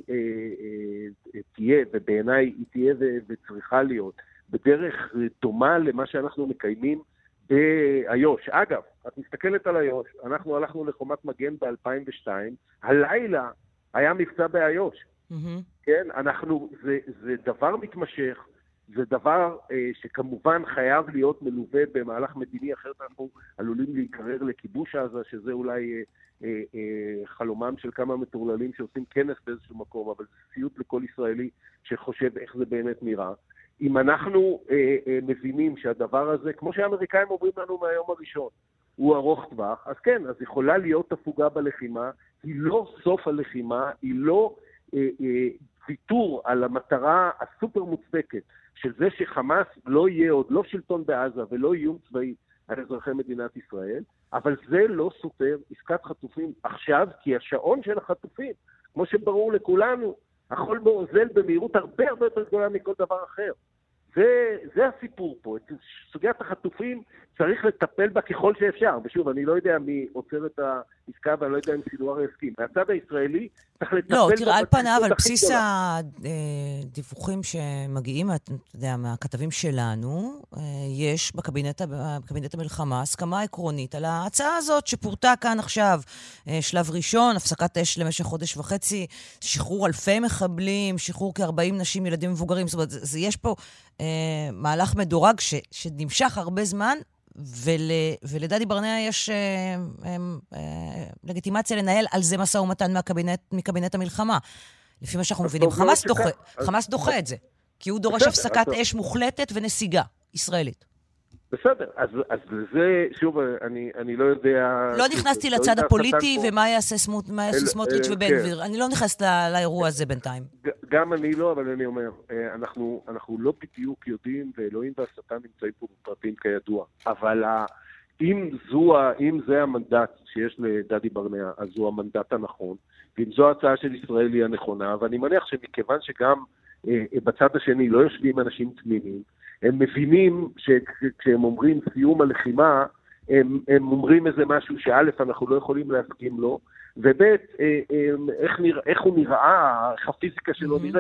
תהיה, ובעיניי היא תהיה וצריכה להיות, בדרך דומה למה שאנחנו מקיימים באיו"ש. אגב, את מסתכלת על איו"ש, אנחנו הלכנו לחומת מגן ב-2002, הלילה היה מבצע באיו"ש. כן, זה דבר מתמשך, זה דבר שכמובן חייב להיות מלווה במהלך מדיני, אחרת אנחנו עלולים להיקרר לכיבוש עזה, שזה אולי חלומם של כמה מטורללים שעושים כנס באיזשהו מקום, אבל זה סיוט לכל ישראלי שחושב איך זה באמת נראה. אם אנחנו מבינים שהדבר הזה, כמו שהאמריקאים אומרים לנו מהיום הראשון, הוא ארוך טווח, אז כן, אז יכולה להיות הפוגה בלחימה, היא לא סוף הלחימה, היא לא ויתור על המטרה הסופר מוצדקת, של זה שחמאס לא יהיה עוד לא שלטון בעזה ולא איום צבאי על אזרחי מדינת ישראל, אבל זה לא סותר עסקת חטופים עכשיו, כי השעון של החטופים, כמו שברור לכולנו, החול בו אוזל במהירות הרבה הרבה יותר גדולה מכל דבר אחר. זה הסיפור פה. את סוגיית החטופים צריך לטפל בה ככל שאפשר. ושוב, אני לא יודע מי עוצר את העסקה, ואני לא יודע אם סינואר יסכים. מהצד הישראלי צריך לטפל בה. לא, תראה, על פניו, על בסיס הדיווחים שמגיעים, אתה יודע, מהכתבים שלנו, יש בקבינט המלחמה הסכמה עקרונית על ההצעה הזאת שפורטה כאן עכשיו. שלב ראשון, הפסקת אש למשך חודש וחצי, שחרור אלפי מחבלים, שחרור כ-40 נשים, ילדים מבוגרים. זאת אומרת, יש פה מהלך מדורג שנמשך הרבה זמן, ולדדי ברנע יש לגיטימציה לנהל על זה משא ומתן מקבינט המלחמה. לפי מה שאנחנו מבינים, חמאס דוחה את זה, כי הוא דורש הפסקת אש מוחלטת ונסיגה ישראלית. בסדר, אז זה, שוב, אני לא יודע... לא נכנסתי לצד הפוליטי ומה יעשה סמוטריץ' ובן גביר. אני לא נכנסת לאירוע הזה בינתיים. גם אני לא, אבל אני אומר, אנחנו לא בדיוק יודעים, ואלוהים והשטן נמצאים פה בפרטים כידוע. אבל אם זה המנדט שיש לדדי ברנע, אז זו המנדט הנכון, ואם זו ההצעה של ישראל היא הנכונה, ואני מניח שמכיוון שגם בצד השני לא יושבים אנשים תמימים, הם מבינים שכשהם אומרים סיום הלחימה, הם אומרים איזה משהו שא' אנחנו לא יכולים להסכים לו, וב' איך הוא נראה, איך הפיזיקה שלו נראית,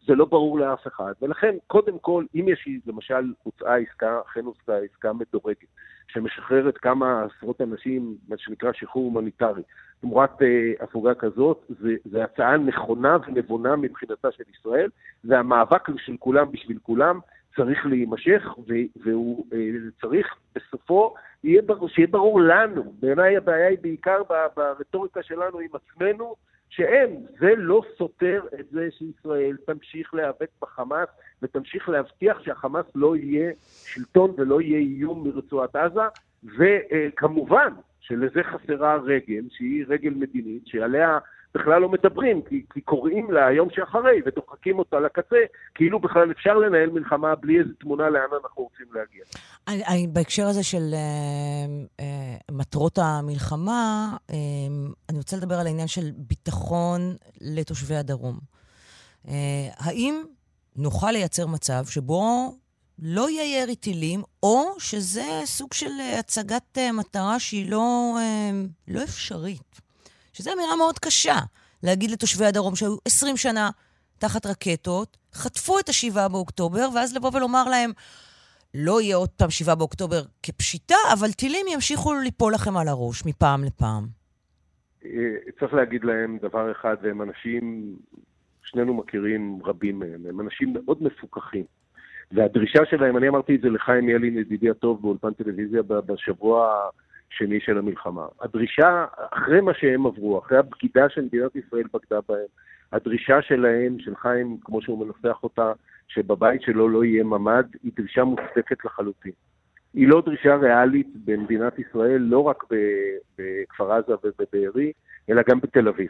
זה לא ברור לאף אחד. ולכן, קודם כל, אם יש למשל הוצאה עסקה, אכן הוצאה עסקה מדורגת, שמשחררת כמה עשרות אנשים, מה שנקרא שחרור הומניטרי, תמורת הפוגה כזאת, זה הצעה נכונה ונבונה מבחינתה של ישראל, והמאבק של כולם בשביל כולם צריך להימשך, והוא צריך בסופו, שיהיה ברור לנו, בעיניי הבעיה היא בעיקר ברטוריקה שלנו עם עצמנו, זה לא סותר את זה שישראל תמשיך להיאבק בחמאס, ותמשיך להבטיח שהחמאס לא יהיה שלטון ולא יהיה איום מרצועת עזה, וכמובן שלזה חסרה רגל, שהיא רגל מדינית, שעליה בכלל לא מדברים, כי קוראים לה היום שאחרי, ודוחקים אותה לקצה, כאילו בכלל אפשר לנהל מלחמה בלי איזו תמונה לאן אנחנו רוצים להגיע. בהקשר הזה של מטרות המלחמה, אני רוצה לדבר על העניין של ביטחון לתושבי הדרום. האם נוכל לייצר מצב שבו לא יהיה ירי טילים, או שזה סוג של הצגת מטרה שהיא לא אפשרית? שזו אמירה מאוד קשה, להגיד לתושבי הדרום שהיו 20 שנה תחת רקטות, חטפו את ה-7 באוקטובר, ואז לבוא ולומר להם, לא יהיה עוד פעם 7 באוקטובר כפשיטה, אבל טילים ימשיכו ליפול לכם על הראש מפעם לפעם. צריך להגיד להם דבר אחד, והם אנשים, שנינו מכירים רבים מהם, הם אנשים מאוד מפוקחים. והדרישה שלהם, אני אמרתי את זה לחיים ילין, ידידי הטוב, באולפן טלוויזיה בשבוע שני של המלחמה. הדרישה, אחרי מה שהם עברו, אחרי הבגידה של מדינת ישראל בגדה בהם, הדרישה שלהם, של חיים, כמו שהוא מנסח אותה, שבבית שלו לא יהיה ממד, היא דרישה מוצדקת לחלוטין. היא לא דרישה ריאלית במדינת ישראל, לא רק בכפר עזה ובבארי, אלא גם בתל אביב.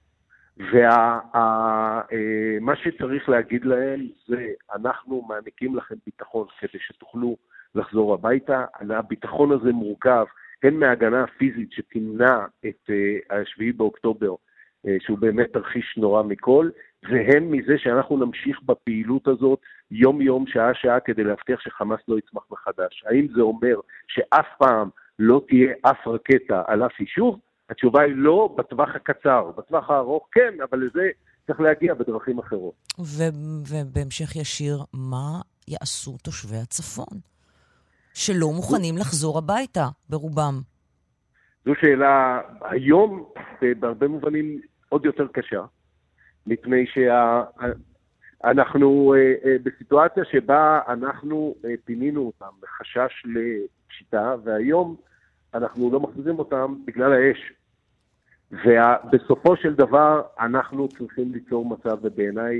ומה שצריך להגיד להם זה, אנחנו מעניקים לכם ביטחון כדי שתוכלו לחזור הביתה. הביטחון הזה מורכב הן מההגנה הפיזית שתמנע את ה-7 באוקטובר, שהוא באמת תרחיש נורא מכל, והן מזה שאנחנו נמשיך בפעילות הזאת יום-יום, שעה-שעה, כדי להבטיח שחמאס לא יצמח מחדש. האם זה אומר שאף פעם לא תהיה אף רקטה על אף יישוב? התשובה היא לא בטווח הקצר, בטווח הארוך כן, אבל לזה צריך להגיע בדרכים אחרות. ובהמשך ישיר, מה יעשו תושבי הצפון? שלא מוכנים לחזור הביתה ברובם. זו שאלה היום בהרבה מובנים עוד יותר קשה, מפני שאנחנו בסיטואציה שבה אנחנו פינינו אותם בחשש לפשיטה, והיום אנחנו לא מחזירים אותם בגלל האש. ובסופו של דבר אנחנו צריכים ליצור מצב, ובעיניי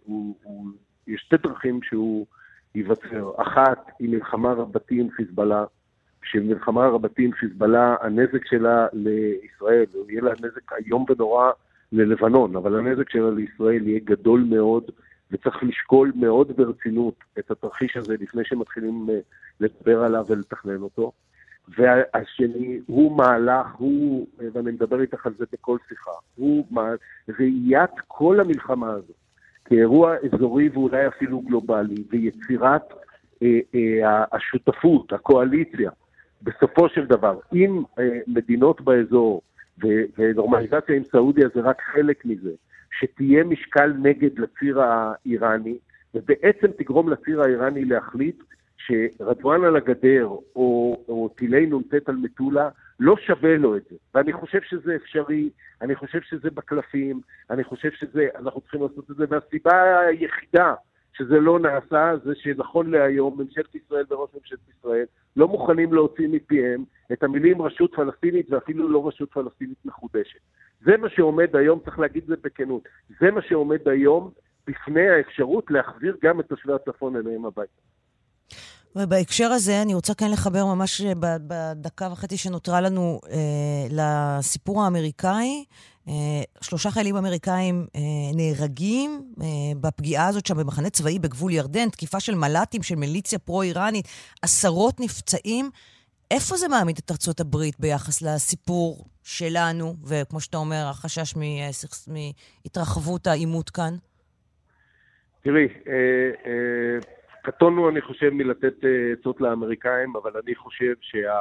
יש שתי דרכים שהוא ייווצר. אחת היא מלחמה רבתי עם חיזבאללה, שמלחמה רבתי עם חיזבאללה, הנזק שלה לישראל, יהיה לה נזק איום ונורא ללבנון, אבל הנזק שלה לישראל יהיה גדול מאוד, וצריך לשקול מאוד ברצינות את התרחיש הזה לפני שמתחילים לדבר עליו ולתכנן אותו. והשני הוא מהלך, ואני מדבר איתך על זה בכל שיחה, הוא ראיית כל המלחמה הזאת, כאירוע אזורי ואולי אפילו גלובלי, ויצירת השותפות, הקואליציה, בסופו של דבר, עם מדינות באזור, ונורמליזציה עם סעודיה זה רק חלק מזה, שתהיה משקל נגד לציר האיראני, ובעצם תגרום לציר האיראני להחליט שרדואן על הגדר או טילי נונטט על מטולה לא שווה לו את זה. ואני חושב שזה אפשרי, אני חושב שזה בקלפים, אני חושב אנחנו צריכים לעשות את זה, והסיבה היחידה שזה לא נעשה זה שנכון להיום ממשלת ישראל וראש ממשלת ישראל לא מוכנים להוציא מפיהם את המילים רשות פלסטינית ואפילו לא רשות פלסטינית מחודשת. זה מה שעומד היום, צריך להגיד זה בכנות, זה מה שעומד היום בפני האפשרות להחזיר גם את תושבי הצפון אליהם הביתה. ובהקשר הזה אני רוצה כן לחבר ממש בדקה וחצי שנותרה לנו לסיפור האמריקאי. 3 חיילים אמריקאים נהרגים בפגיעה הזאת שם במחנה צבאי בגבול ירדן, תקיפה של מל"טים של מיליציה פרו-איראנית, 10 נפצעים. איפה זה מעמיד את ארצות הברית ביחס לסיפור שלנו, וכמו שאתה אומר, החשש מהתרחבות העימות כאן? תראי, קטונו אני חושב מלתת עצות לאמריקאים, אבל אני חושב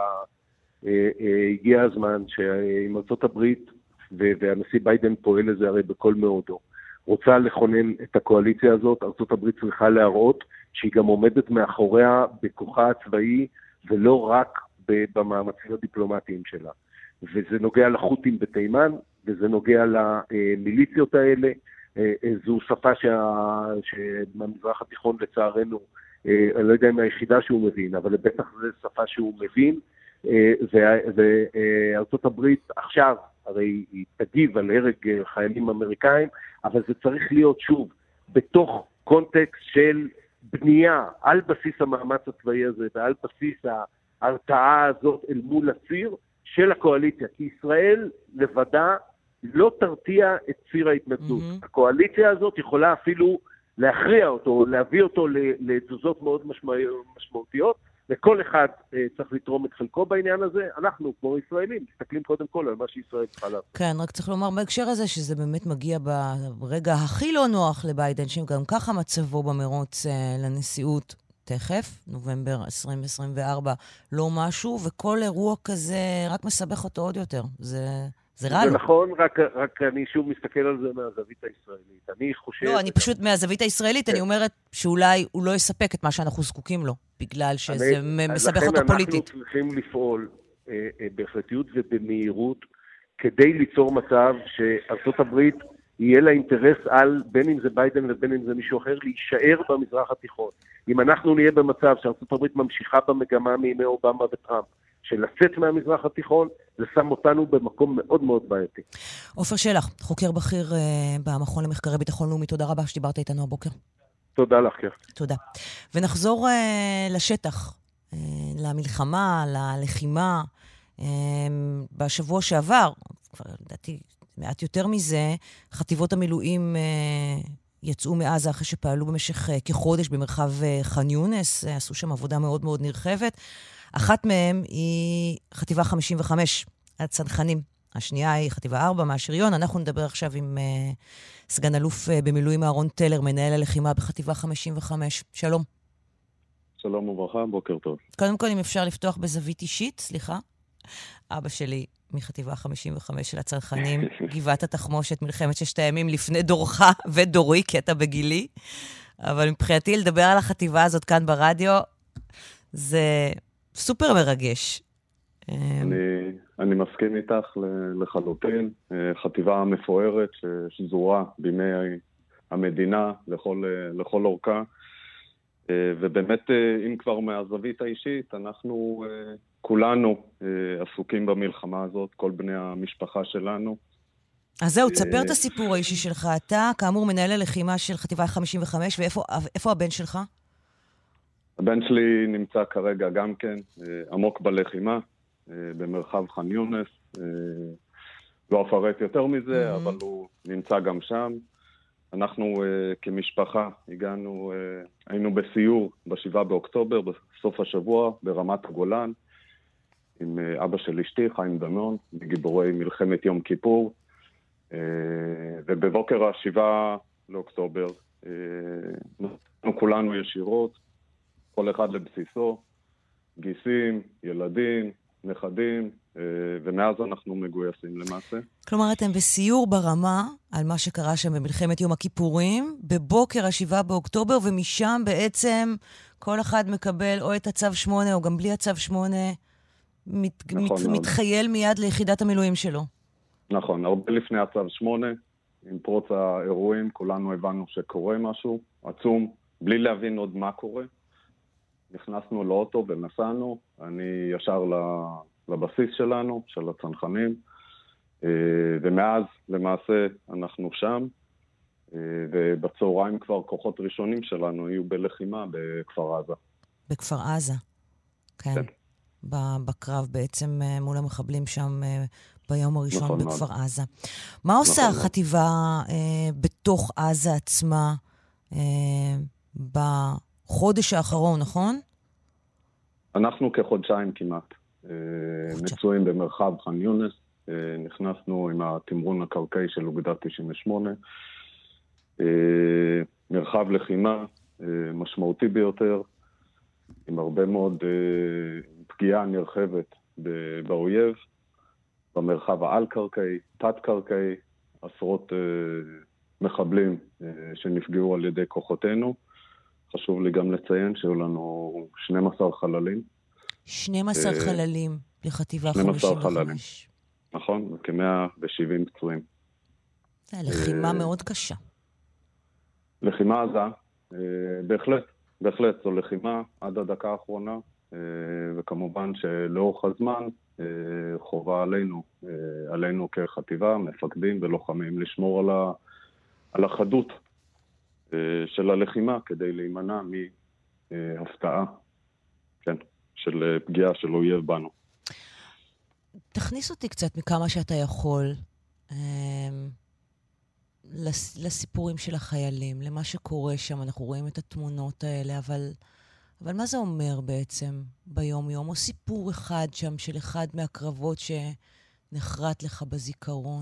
שהגיע הזמן שעם ארצות הברית, והנשיא ביידן פועל לזה הרי בכל מאודו, רוצה לכונן את הקואליציה הזאת, ארצות הברית צריכה להראות שהיא גם עומדת מאחוריה בכוחה הצבאי, ולא רק במאמצים הדיפלומטיים שלה. וזה נוגע לחות'ים בתימן, וזה נוגע למיליציות האלה. זו שפה שבמזרח התיכון לצערנו, אני לא יודע אם היחידה שהוא מבין, אבל בטח זו שפה שהוא מבין, וארצות הברית עכשיו, הרי היא תגיב על הרג חיילים אמריקאים, אבל זה צריך להיות שוב, בתוך קונטקסט של בנייה על בסיס המאמץ הצבאי הזה, ועל בסיס ההרתעה הזאת אל מול הציר של הקואליציה, כי ישראל לבדה לא תרתיע את ציר ההתנגדות. הקואליציה הזאת יכולה אפילו להכריע אותו, להביא אותו לתזוזות מאוד משמעותיות, וכל אחד צריך לתרום את חלקו בעניין הזה. אנחנו, כמו ישראלים, מסתכלים קודם כל על מה שישראל צריכה לעשות. כן, רק צריך לומר בהקשר הזה שזה באמת מגיע ברגע הכי לא נוח לביידן, שגם ככה מצבו במרוץ לנשיאות תכף, נובמבר 2024, לא משהו, וכל אירוע כזה רק מסבך אותו עוד יותר. זה רע לו. זה נכון, רק אני שוב מסתכל על זה מהזווית הישראלית. אני חושב... לא, אני פשוט מהזווית הישראלית, אני אומרת שאולי הוא לא יספק את מה שאנחנו זקוקים לו, בגלל שזה מסבך אותו פוליטית. לכן אנחנו צריכים לפעול בהחלטיות ובמהירות, כדי ליצור מצב שארצות הברית יהיה לה אינטרס על, בין אם זה ביידן ובין אם זה מישהו אחר, להישאר במזרח התיכון. אם אנחנו נהיה במצב שארצות הברית ממשיכה במגמה מימי אובמה וטראמפ, של לצאת מהמזרח התיכון, זה שם אותנו במקום מאוד מאוד בעייתי. עופר שלח, חוקר בכיר במכון למחקרי ביטחון לאומי, תודה רבה שדיברת איתנו הבוקר. תודה לך, כן. תודה. ונחזור לשטח, למלחמה, ללחימה. בשבוע שעבר, כבר לדעתי מעט יותר מזה, חטיבות המילואים יצאו מעזה אחרי שפעלו במשך כחודש במרחב ח'אן יונס, עשו שם עבודה מאוד מאוד נרחבת. אחת מהם היא חטיבה 55, הצנחנים. השנייה היא חטיבה 4 מהשריון. אנחנו נדבר עכשיו עם סגן אלוף במילואים אהרון טלר, מנהל הלחימה בחטיבה 55. שלום. שלום וברכה, בוקר טוב. קודם כל, אם אפשר לפתוח בזווית אישית, סליחה. אבא שלי מחטיבה 55 של הצנחנים, גבעת התחמושת, מלחמת ששת הימים לפני דורך ודורי, כי אתה בגילי. אבל מבחינתי לדבר על החטיבה הזאת כאן ברדיו, זה סופר מרגש. אני מסכים איתך לחלוטין. חטיבה מפוארת שזורה בימי המדינה לכל אורכה. ובאמת, אם כבר מהזווית האישית, אנחנו כולנו עסוקים במלחמה הזאת, כל בני המשפחה שלנו. אז זהו, תספר את הסיפור האישי שלך. אתה, כאמור, מנהל הלחימה של חטיבה 55, ואיפה הבן שלך? הבן שלי נמצא כרגע גם כן עמוק בלחימה, במרחב ח'אן יונס. לא אפרט יותר מזה, אבל הוא נמצא גם שם. אנחנו כמשפחה היינו בסיור ב7 באוקטובר, בסוף השבוע, ברמת הגולן, עם אבא של אשתי, חיים דנון, מגיבורי מלחמת יום כיפור. ובבוקר ה7 לאוקטובר, אנחנו כולנו ישירות, כל אחד לבסיסו, גיסים, ילדים, נכדים, ומאז אנחנו מגויסים למעשה. כלומר, אתם בסיור ברמה על מה שקרה שם במלחמת יום הכיפורים, בבוקר ה7 באוקטובר, ומשם בעצם כל אחד מקבל או את הצו 8, או גם בלי הצו 8, מתחייל מיד ליחידת המילואים שלו. נכון, הרבה לפני הצו 8, עם פרוץ האירועים, כולנו הבנו שקורה משהו עצום, בלי להבין עוד מה קורה. נכנסנו לאוטו ונסענו, אני ישר לבסיס שלנו, של הצנחנים, ומאז למעשה אנחנו שם, ובצהריים כבר כוחות ראשונים שלנו יהיו בלחימה בכפר עזה. בכפר עזה, כן. בקרב בעצם מול המחבלים שם ביום הראשון נכון בכפר מאוד. עזה. מה עושה נכון החטיבה בתוך עזה עצמה בחודש האחרון, נכון? אנחנו כחודשיים כמעט. מצויים במרחב ח'אן יונס, נכנסנו עם התמרון הקרקעי של אוגדה 98, מרחב לחימה משמעותי ביותר, עם הרבה מאוד פגיעה נרחבת באויב, במרחב העל-קרקעי, תת-קרקעי, עשרות מחבלים שנפגעו על ידי כוחותינו. חשוב לי גם לציין שהיו לנו 12 חללים. 12 חללים לחטיבה 55. 12 חללים, נכון, וכ-170 פצועים. זה לחימה מאוד קשה. לחימה עזה, בהחלט זו לחימה עד הדקה האחרונה, וכמובן שלאורך הזמן חובה עלינו כחטיבה, מפקדים ולוחמים, לשמור על החדות של הלחימה כדי להימנע מהפתעה, כן, של פגיעה של אויב בנו. תכניס אותי קצת מכמה שאתה יכול לסיפורים של החיילים, למה שקורה שם. אנחנו רואים את התמונות האלה, אבל מה זה אומר בעצם ביום יום? או סיפור אחד שם של אחד מהקרבות שנחרט לך בזיכרון?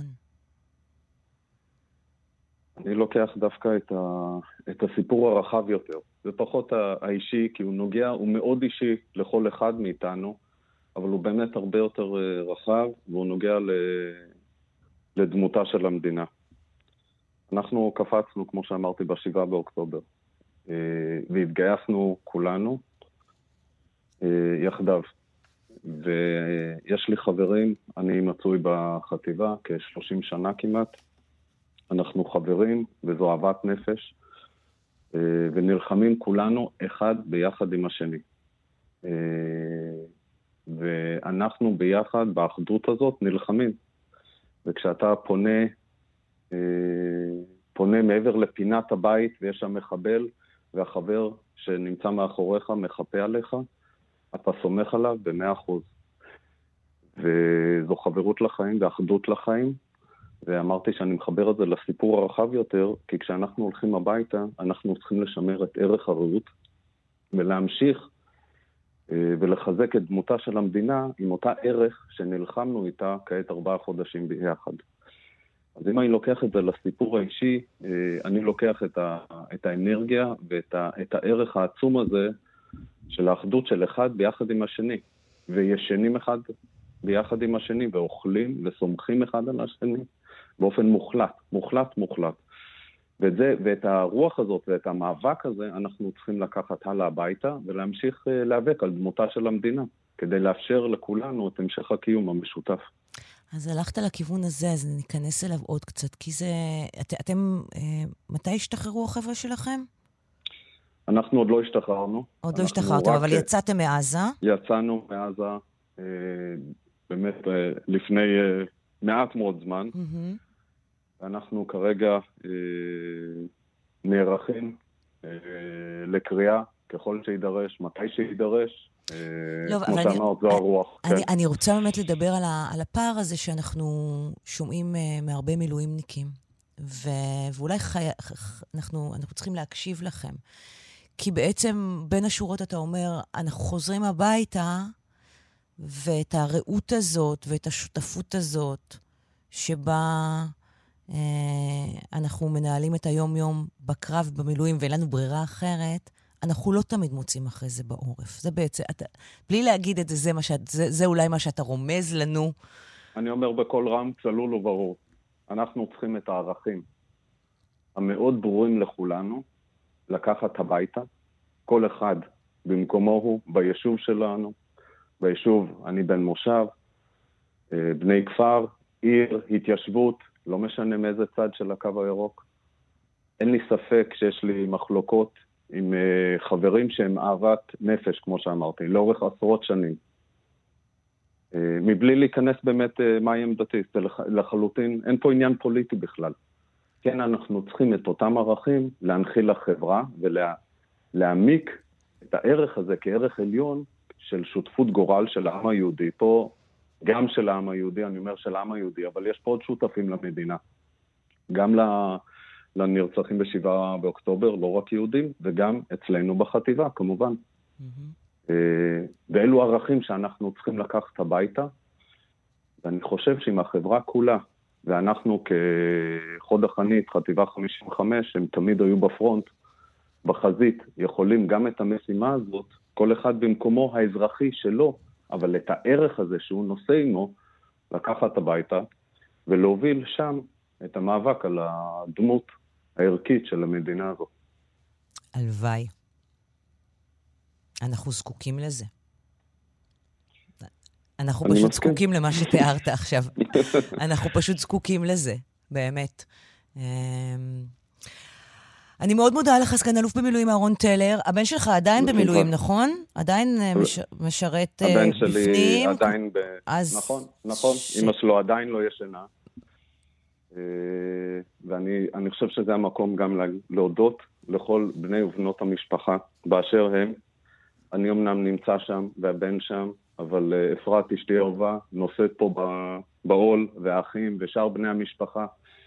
אני לוקח דווקא את הסיפור הרחב יותר. זה פחות האישי, כי הוא נוגע, הוא מאוד אישי לכל אחד מאיתנו, אבל הוא באמת הרבה יותר רחב, והוא נוגע לדמותה של המדינה. אנחנו קפצנו, כמו שאמרתי, ב7 באוקטובר, והתגייסנו כולנו יחדיו. ויש לי חברים, אני מצוי בחטיבה כ-30 שנה כמעט. אנחנו חברים, וזו אהבת נפש, ונלחמים כולנו אחד ביחד עם השני. ואנחנו ביחד, באחדות הזאת, נלחמים. וכשאתה פונה מעבר לפינת הבית, ויש שם מחבל, והחבר שנמצא מאחוריך מחפה עליך, אתה סומך עליו ב100%. וזו חברות לחיים ואחדות לחיים, ואמרתי שאני מחבר את זה לסיפור הרחב יותר, כי כשאנחנו הולכים הביתה, אנחנו צריכים לשמר את ערך הרעות, ולהמשיך ולחזק את דמותה של המדינה עם אותה ערך שנלחמנו איתה כעת 4 חודשים ביחד. אז אם אני לוקח את זה לסיפור האישי, אני לוקח את האנרגיה ואת הערך העצום הזה של האחדות של אחד ביחד עם השני, וישנים אחד ביחד עם השני, ואוכלים וסומכים אחד על השני, באופן מוחלט. ואת הרוח הזאת ואת המאבק הזה אנחנו צריכים לקחת הלאה הביתה, ולהמשיך להיאבק על דמותה של המדינה, כדי לאפשר לכולנו את המשך הקיום המשותף. אז הלכת לכיוון הזה, אז ניכנס אליו עוד קצת, כי זה... אתם מתי השתחררו החבר'ה שלכם? אנחנו עוד לא השתחררנו. עוד לא השתחררתם, אבל יצאתם מעזה? יצאנו מעזה, באמת לפני מעט מאוד זמן. אנחנו כרגע נערכים לקריאה ככל שידרש, מתי שידרש. כמו שאמרת, זו הרוח. אני רוצה באמת לדבר על הפער הזה שאנחנו שומעים מהרבה מילואימניקים, ואולי אנחנו צריכים להקשיב לכם. כי בעצם בין השורות אתה אומר, אנחנו חוזרים הביתה, ואת הרעות הזאת ואת השותפות הזאת, שבה אנחנו מנהלים את היום-יום בקרב, במילואים, ואין לנו ברירה אחרת, אנחנו לא תמיד מוצאים אחרי זה בעורף. זה בעצם, בלי להגיד את זה, זה אולי מה שאתה רומז לנו. אני אומר בכל רם, צלול וברור. אנחנו צריכים את הערכים המאוד ברורים לכולנו, לקחת הביתה, כל אחד במקומו הוא, ביישוב שלנו, ביישוב אני בן מושב, בני כפר, עיר, התיישבות, לא משנה מאיזה צד של הקו הירוק. אין לי ספק שיש לי מחלוקות עם חברים שהם אהבת נפש, כמו שאמרתי, לאורך עשרות שנים. מבלי להיכנס באמת מהי עמדתי, זה לחלוטין, אין פה עניין פוליטי בכלל. כן, אנחנו צריכים את אותם ערכים להנחיל לחברה ולהעמיק את הערך הזה כערך עליון של שותפות גורל של העם היהודי. פה גם של העם היהודי, אני אומר של העם היהודי, אבל יש פה עוד שותפים למדינה. גם לנרצחים ב7 באוקטובר, לא רק יהודים, וגם אצלנו בחטיבה, כמובן. ואלו ערכים שאנחנו צריכים לקחת הביתה, ואני חושב שעם החברה כולה, ואנחנו כחוד החנית, חטיבה 55, הם תמיד היו בפרונט, בחזית, יכולים גם את המשימה הזאת, כל אחד במקומו האזרחי שלו, אבל את הערך הזה שהוא נושא עמו, לקחת הביתה, ולהוביל שם את המאבק על הדמות הערכית של המדינה הזו. הלוואי. אנחנו זקוקים לזה. אנחנו פשוט זקוקים למה שתיארת עכשיו. אנחנו פשוט זקוקים לזה, באמת. אני מאוד מודה לך, סגן אלוף במילואים אהרון טלר. הבן שלך עדיין במילואים, נכון? עדיין משרת בפנים? הבן שלי עדיין נכון. אמא שלו עדיין לא ישנה. ואני חושב שזה המקום גם להודות לכל בני ובנות המשפחה באשר הם. אני אמנם נמצא שם והבן שם, אבל אפרת אשתי אהובה נושאת פה בעול, והאחים ושאר בני המשפחה.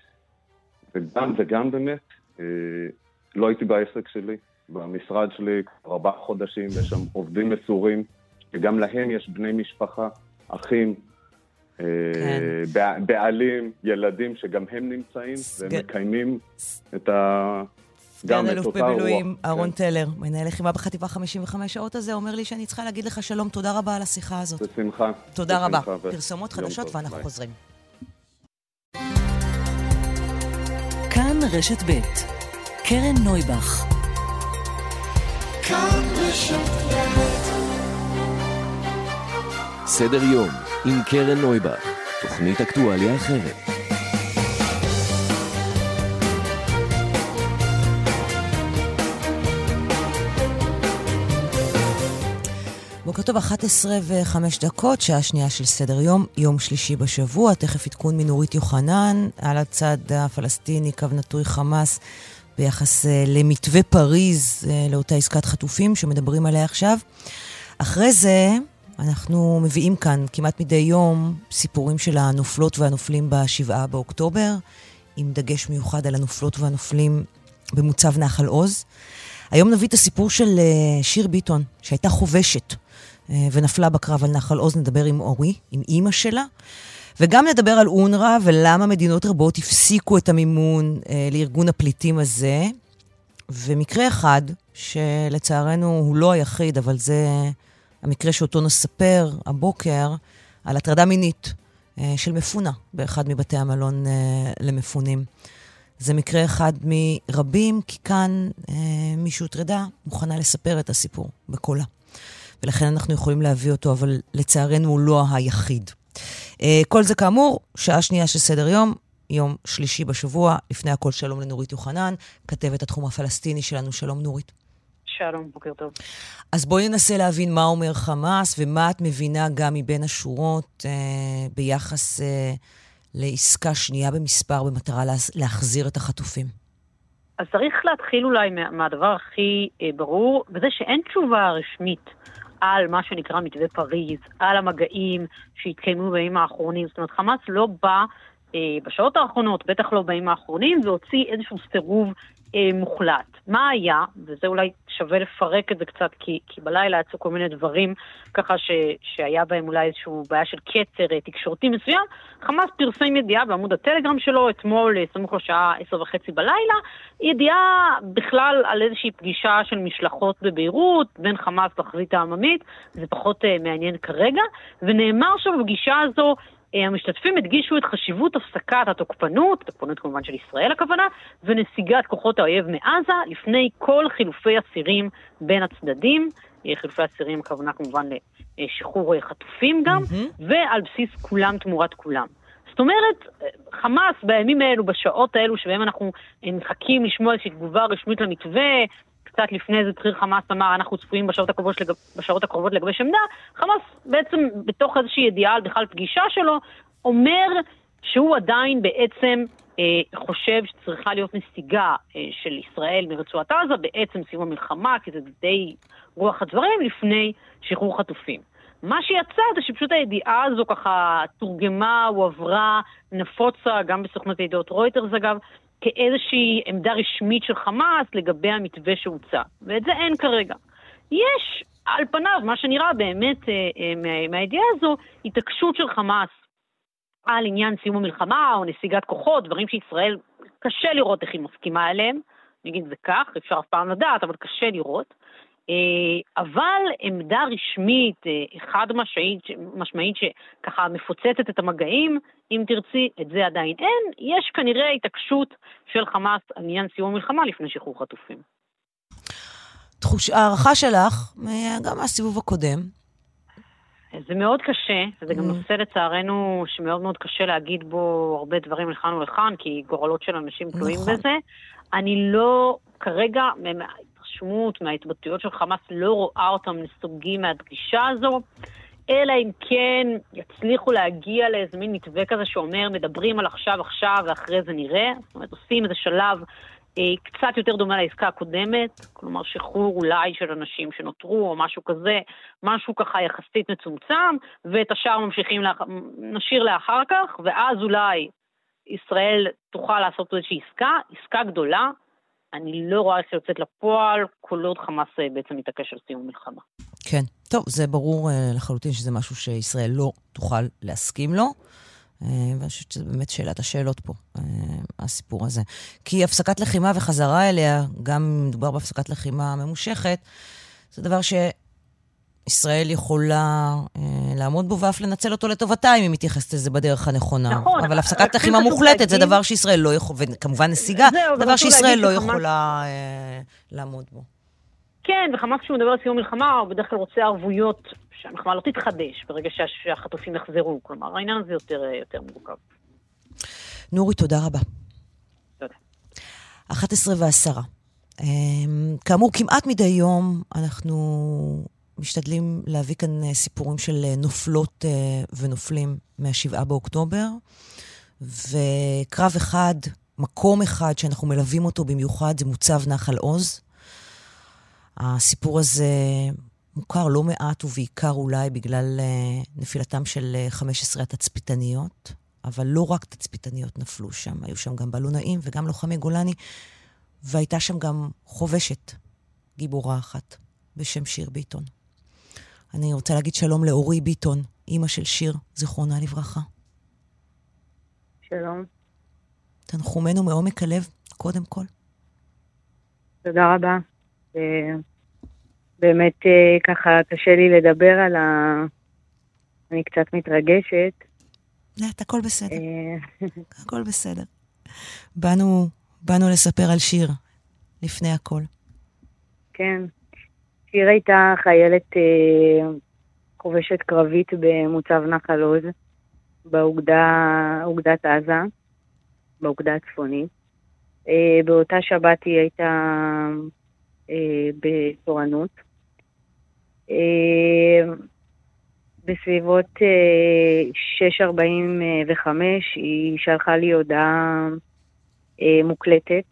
וגם באמת, לא הייתי בעסק שלי, במשרד שלי 4 חודשים, ויש שם עובדים מסורים, וגם להם יש בני משפחה, אחים, בעלים, ילדים שגם הם נמצאים, ומקיימים את סגן אלוף במילואים אהרון טלר, מנהל לחימה בחטיבה 55 שעות הזה, אומר לי שאני צריכה להגיד לך שלום, תודה רבה על השיחה הזאת. בשמחה. תודה רבה. פרסומות חדשות ואנחנו חוזרים. כאן רשת ב' קרן נויבך. כאן רשת ב'. סדר יום עם קרן נויבך, תוכנית אקטואליה אחרת. בוקר טוב, 11:05, שעה שנייה של סדר יום, יום שלישי בשבוע, תכף עדכון מנורית יוחנן, על הצד הפלסטיני, קו נטוי חמאס, ביחס למתווה פריז, לאותה עסקת חטופים שמדברים עליה עכשיו. אחרי זה, אנחנו מביאים כאן כמעט מדי יום סיפורים של הנופלות והנופלים ב7 באוקטובר, עם דגש מיוחד על הנופלות והנופלים במוצב נחל עוז. היום נביא את הסיפור של שיר ביטון, שהייתה חובשת ונפלה בקרב על נחל עוז. נדבר עם אורי, עם אמא שלה, וגם נדבר על אונר"א ולמה מדינות רבות הפסיקו את המימון לארגון הפליטים הזה. ומקרה אחד, שלצערנו הוא לא היחיד, אבל זה המקרה שאותו נספר הבוקר, על הטרדה מינית של מפונה באחד מבתי המלון למפונים. זה מקרה אחד מרבים, כי כאן מישהו הטרדה מוכנה לספר את הסיפור בקולה. ולכן אנחנו יכולים להביא אותו, אבל לצערנו הוא לא היחיד. כל זה כאמור, שעה שנייה של סדר יום, יום שלישי בשבוע. לפני הכל שלום לנורית יוחנן, כתבת התחום הפלסטיני שלנו. שלום נורית. שלום, בוקר טוב. אז בואי ננסה להבין מה אומר חמאס, ומה את מבינה גם מבין השורות ביחס לעסקה שנייה במספר במטרה להחזיר את החטופים. אז צריך להתחיל אולי מהדבר הכי ברור, וזה שאין תשובה רשמית על מה שנקרא מתווה פריז, על המגעים שהתקיימו בימים האחרונים. זאת אומרת, חמאס לא בא בשעות האחרונות, בטח לא בימים האחרונים, והוציא איזשהו סירוב מוחלט. מה היה, וזה אולי שווה לפרק את זה קצת, כי בלילה יצאו כל מיני דברים ככה שהיה בהם אולי איזשהו בעיה של קצר תקשורתי מסוים. חמאס פרסם ידיעה בעמוד הטלגרם שלו אתמול סמוך לשעה 10:30 בלילה, ידיעה בכלל על איזושהי פגישה של משלחות בביירות בין חמאס לחזית העממית. זה פחות מעניין כרגע, ונאמר שבפגישה הזו המשתתפים הדגישו את חשיבות הפסקת התוקפנות כמובן של ישראל הכוונה, ונסיגת כוחות האויב מעזה לפני כל חילופי אסירים בין הצדדים. חילופי אסירים הכוונה כמובן לשחרור חטופים גם, ועל בסיס כולם תמורת כולם. זאת אומרת, חמאס בימים האלו, בשעות האלו שבהם אנחנו מחכים לשמוע איזושהי תגובה רשמית למתווה, קצת לפני זה בכיר חמאס אמר, אנחנו צפויים בשעות הקרובות לגבש עמדה. חמאס בעצם בתוך איזושהי ידיעה על בכלל פגישה שלו, אומר שהוא עדיין בעצם חושב שצריכה להיות נסיגה של ישראל מרצועת עזה, בעצם סיום המלחמה, כי זה די רוח הדברים, לפני שחרור חטופים. מה שיצא זה שפשוט הידיעה הזו ככה תורגמה, הועברה, נפוצה, גם בסוכנות ידיעות רויטרס אגב, כאיזושהי עמדה רשמית של חמאס לגבי המתווה שהוצא. ואת זה אין כרגע. יש על פניו, מה שנראה באמת מהידיעה הזו, התעקשות של חמאס על עניין סיום המלחמה או נסיגת כוחות, דברים שישראל קשה לראות איך היא מסכימה עליהם. נגיד זה כך, אפשר אף פעם לדעת, אבל קשה לראות. אבל עמדה רשמית, חד משמעית שככה מפוצצת את המגעים, אם תרצי, את זה עדיין אין. יש כנראה התעקשות של חמאס על עניין סיום מלחמה לפני שחרור חטופים. הערכה שלך, גם מהסיבוב הקודם. זה מאוד קשה, וזה גם נושא לצערנו שמאוד מאוד קשה להגיד בו הרבה דברים לכאן ולכאן, כי גורלות של אנשים תלויים בזה. אני לא, כרגע, מההתרשמות, מההתבטאויות של חמאס, לא רואה אותם נסוגים מהדרישה הזו, אלא אם כן יצליחו להגיע לאיזה מין מתווה כזה שאומר, מדברים על עכשיו, ואחרי זה נראה. זאת אומרת, עושים איזה שלב קצת יותר דומה לעסקה הקודמת, כלומר שחרור אולי של אנשים שנותרו או משהו כזה, משהו ככה יחסית מצומצם, ואת השאר נשאיר לאחר כך, ואז אולי ישראל תוכל לעשות איזושהי עסקה גדולה. אני לא רואה איך יוצאת לפועל, כל עוד חמאס בעצם מתעקש על סיום מלחמה. כן, טוב, זה ברור לחלוטין שזה משהו שישראל לא תוכל להסכים לו, ואני חושבת שזה באמת שאלת השאלות פה, הסיפור הזה. כי הפסקת לחימה וחזרה אליה, גם אם מדובר בהפסקת לחימה ממושכת, זה דבר שישראל יכולה לעמוד בו ואף לנצל אותו לטובתה, אם היא מתייחסת לזה בדרך הנכונה. נכון. אבל הפסקת לחימה מוחלטת זה דבר שישראל לא יכולה, וכמובן נסיגה, דבר שישראל לא יכולה לעמוד בו. כן, וחמאס כשהוא מדבר על סיום מלחמה, הוא בדרך כלל רוצה ערבויות שהמלחמה לא תתחדש ברגע שהחטופים יחזרו. כלומר, העניין הזה יותר מורכב. נורי, תודה רבה. תודה. 11:10. כאמור, כמעט מדי יום אנחנו משתדלים להביא כאן סיפורים של נופלות ונופלים מה-7 באוקטובר, וקרב אחד, מקום אחד שאנחנו מלווים אותו במיוחד, זה מוצב נחל עוז. הסיפור הזה מוכר לא מעט ובעיקר אולי בגלל נפילתם של 15 התצפיתניות, אבל לא רק תצפיתניות נפלו שם, היו שם גם בלונאים וגם לוחמי גולני, והייתה שם גם חובשת, גיבורה אחת, בשם שיר ביטון. אני רוצה להגיד שלום לאורי ביטון, אמא של שיר, זיכרונה לברכה. שלום. תנחומנו מעומק הלב, קודם כל. תודה רבה. באמת ככה קשה לי לדבר על אני קצת מתרגשת. הכל בסדר. הכל בסדר. באנו לספר על שיר לפני הכל. כן. שיר הייתה חיילת חובשת קרבית במוצב נחל עוז, באוגדת עזה, באוגדה הצפונית. באותה שבת היא הייתה בתורנות. בסביבות 6:45 היא שלחה לי הודעה מוקלטת,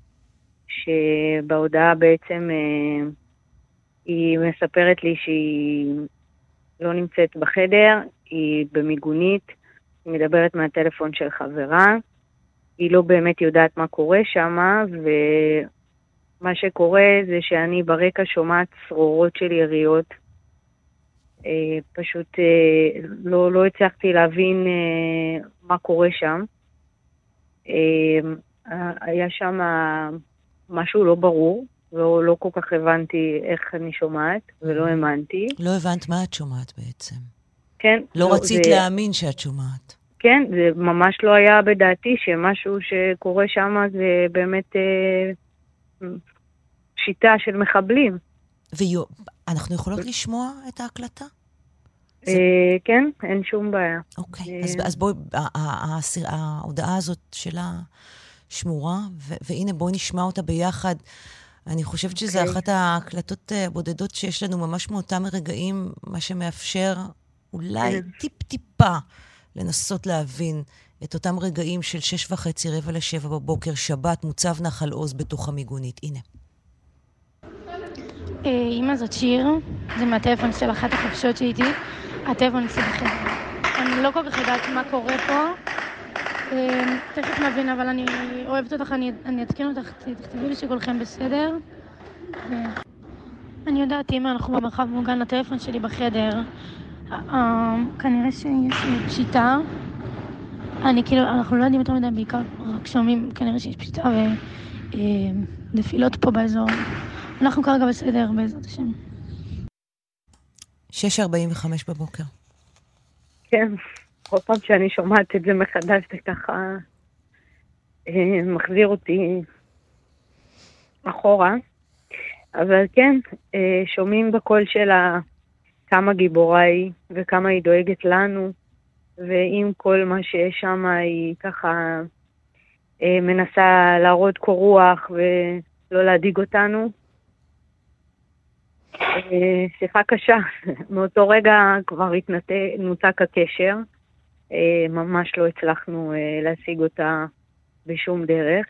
שבהודעה בעצם היא מספרת לי שהיא לא נמצאת בחדר, היא במיגונית, היא מדברת מהטלפון של חברה, היא לא באמת יודעת מה קורה שם, ומה שקורה זה שאני ברקע שומעת צרורות של יריות, פשוט לא הצלחתי להבין מה קורה שם. היה שם משהו לא ברור, לא כל כך הבנתי איך אני שומעת, ולא האמנתי. לא הבנת מה את שומעת בעצם. כן. לא רצית להאמין שאת שומעת. כן, זה ממש לא היה בדעתי שמשהו שקורה שם זה באמת שיטה של מחבלים. אנחנו יכולות לשמוע את ההקלטה? כן, אין שום בעיה. אוקיי, אז בואי, ההודעה הזאת שלה שמורה, והנה בואי נשמע אותה ביחד. אני חושבת שזה אחת ההקלטות הבודדות שיש לנו ממש מאותם רגעים, מה שמאפשר אולי טיפה לנסות להבין את אותם רגעים של 6:30, 6:45 בבוקר, שבת, מוצב נחל עוז בתוך המיגונית. הנה. אמא, זאת שיר, זה מהטלפון של אחת החופשות שהייתי, הטלפון אצלי בחדר. אני לא כל כך יודעת מה קורה פה, תכף נבין, אבל אני אוהבת אותך, אני אתקן אותך, תכתבי לי שכולכם בסדר. אני יודעת, אמא, אנחנו במרחב מוגן, הטלפון שלי בחדר, כנראה שיש פשיטה, אנחנו לא יודעים יותר מדי, בעיקר רק שומעים, כנראה שיש פשיטה ונפילות פה באזור. אנחנו כרגע בסדר, בעזרת השם. 6:45 בבוקר. כן, כל פעם שאני שומעת את זה מחדש, זה ככה מחזיר אותי אחורה. אבל כן, שומעים בקול שלה כמה גיבורה היא וכמה היא דואגת לנו, ועם כל מה שיש שם היא ככה מנסה להראות קור רוח ולא להדיג אותנו. שיחה קשה, מאותו רגע כבר נותק הקשר, ממש לא הצלחנו להשיג אותה בשום דרך.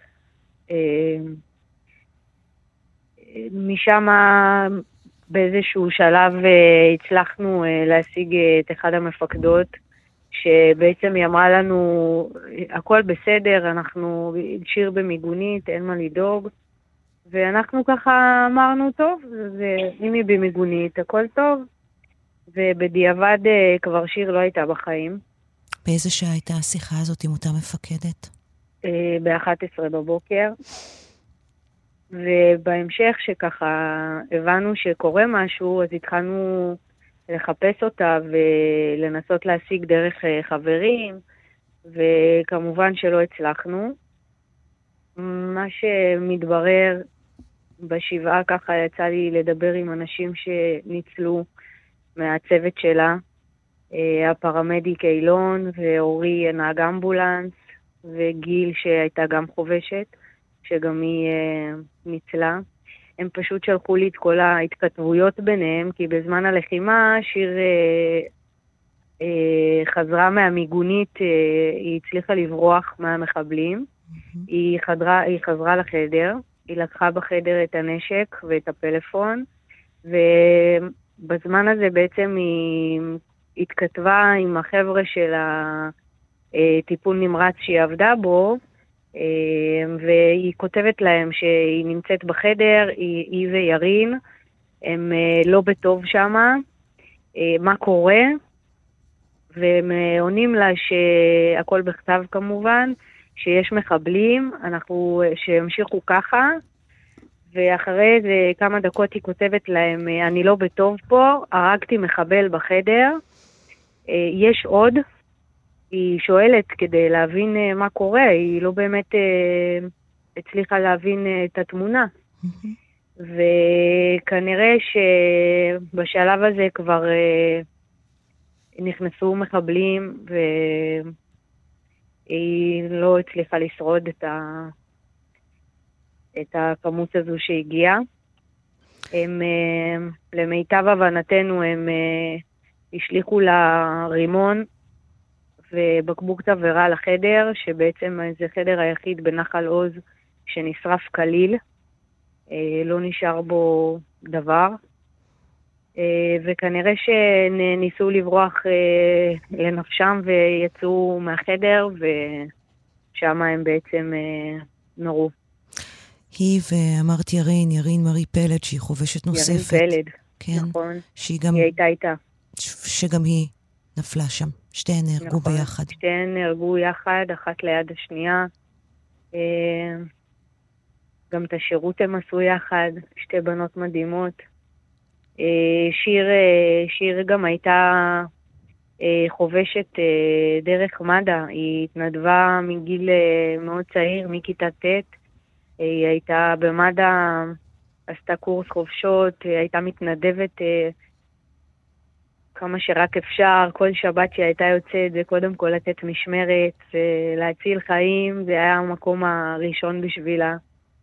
משם באיזשהו שלב הצלחנו להשיג את אחד המפקדות, שבעצם היא אמרה לנו, הכל בסדר, אנחנו שיר במיגונית, אין מה לדאוג, ואנחנו ככה אמרנו, טוב, אם היא במיגונית, הכל טוב, ובדיעבד כבר שיר לא הייתה בחיים. באיזה שעה הייתה השיחה הזאת עם אותה מפקדת? ב-11 בבוקר. ובהמשך שככה הבנו שקורה משהו, אז התחלנו לחפש אותה ולנסות להשיג דרך חברים, וכמובן שלא הצלחנו. מה שמתברר בשבעה, ככה יצא לי לדבר עם אנשים שניצלו מהצוות שלה, הפרמדיק אילון ואורי נהג אמבולנס, וגיל שהייתה גם חובשת, שגם היא ניצלה. הם פשוט שלחו לי את כל ההתכתבויות ביניהם, כי בזמן הלחימה שיר חזרה מהמיגונית, היא הצליחה לברוח מהמחבלים, היא חזרה לחדר, היא לקחה בחדר את הנשק ואת הפלאפון, ובזמן הזה בעצם היא התכתבה עם החבר'ה של הטיפול נמרץ שהיא עבדה בו, והיא כותבת להם שהיא נמצאת בחדר, היא וירין, הם לא בטוב שמה, מה קורה, והם עונים לה שהכל בכתב כמובן, שיש מחבלים, שימשיכו ככה, ואחרי זה כמה דקות היא כותבת להם, אני לא בטוב פה, הרגתי מחבל בחדר, יש עוד, היא שואלת כדי להבין מה קורה, היא לא באמת הצליחה להבין את התמונה. וכנראה שבשלב הזה כבר נכנסו מחבלים, והיא לא הצליחה לשרוד את הכמות הזו שהגיעה. למיטב הבנתנו הם השליחו לה רימון, ובקבוק תבערה לחדר, שבעצם זה חדר היחיד בנחל עוז שנשרף כליל, לא נשאר בו דבר, וכנראה שניסו לברוח לנפשם ויצאו מהחדר, ושם הם בעצם נורו. היא ואמרת ירין מרי פלד, שהיא חובשת נוספת. ירין פלד, כן, נכון. שהיא גם, היא הייתה איתה. שגם היא נפלה שם. שתיהן נהרגו נכון, ביחד. שתיהן נהרגו יחד, אחת ליד השנייה. גם את השירות הם עשו יחד, שתי בנות מדהימות. שיר גם הייתה חובשת דרך מד"א, היא התנדבה מגיל מאוד צעיר, מכיתה ט'. היא הייתה במד"א, עשתה קורס חובשות, הייתה מתנדבת כמה שרק אפשר, כל שבת שהיא הייתה יוצאת, זה קודם כל לתת משמרת, להציל חיים, זה היה המקום הראשון בשבילה.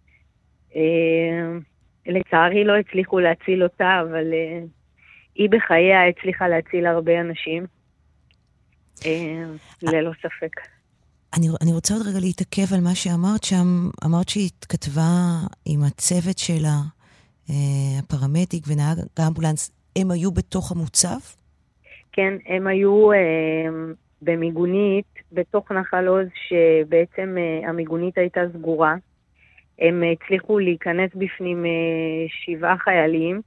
לצערי לא הצליחו להציל אותה, אבל היא בחייה הצליחה להציל הרבה אנשים, ללא ספק. אני רוצה עוד רגע להתעכב על מה שאמרת שם. אמרת שהיא התכתבה עם הצוות שלה, הפרמדיק ונהג האמבולנס, הם היו בתוך המוצב? כן, הם היו במיגונית, בתוך נחל עוז, שבעצם המיגונית הייתה סגורה. הם הצליחו להיכנס בפנים 7 חיילים.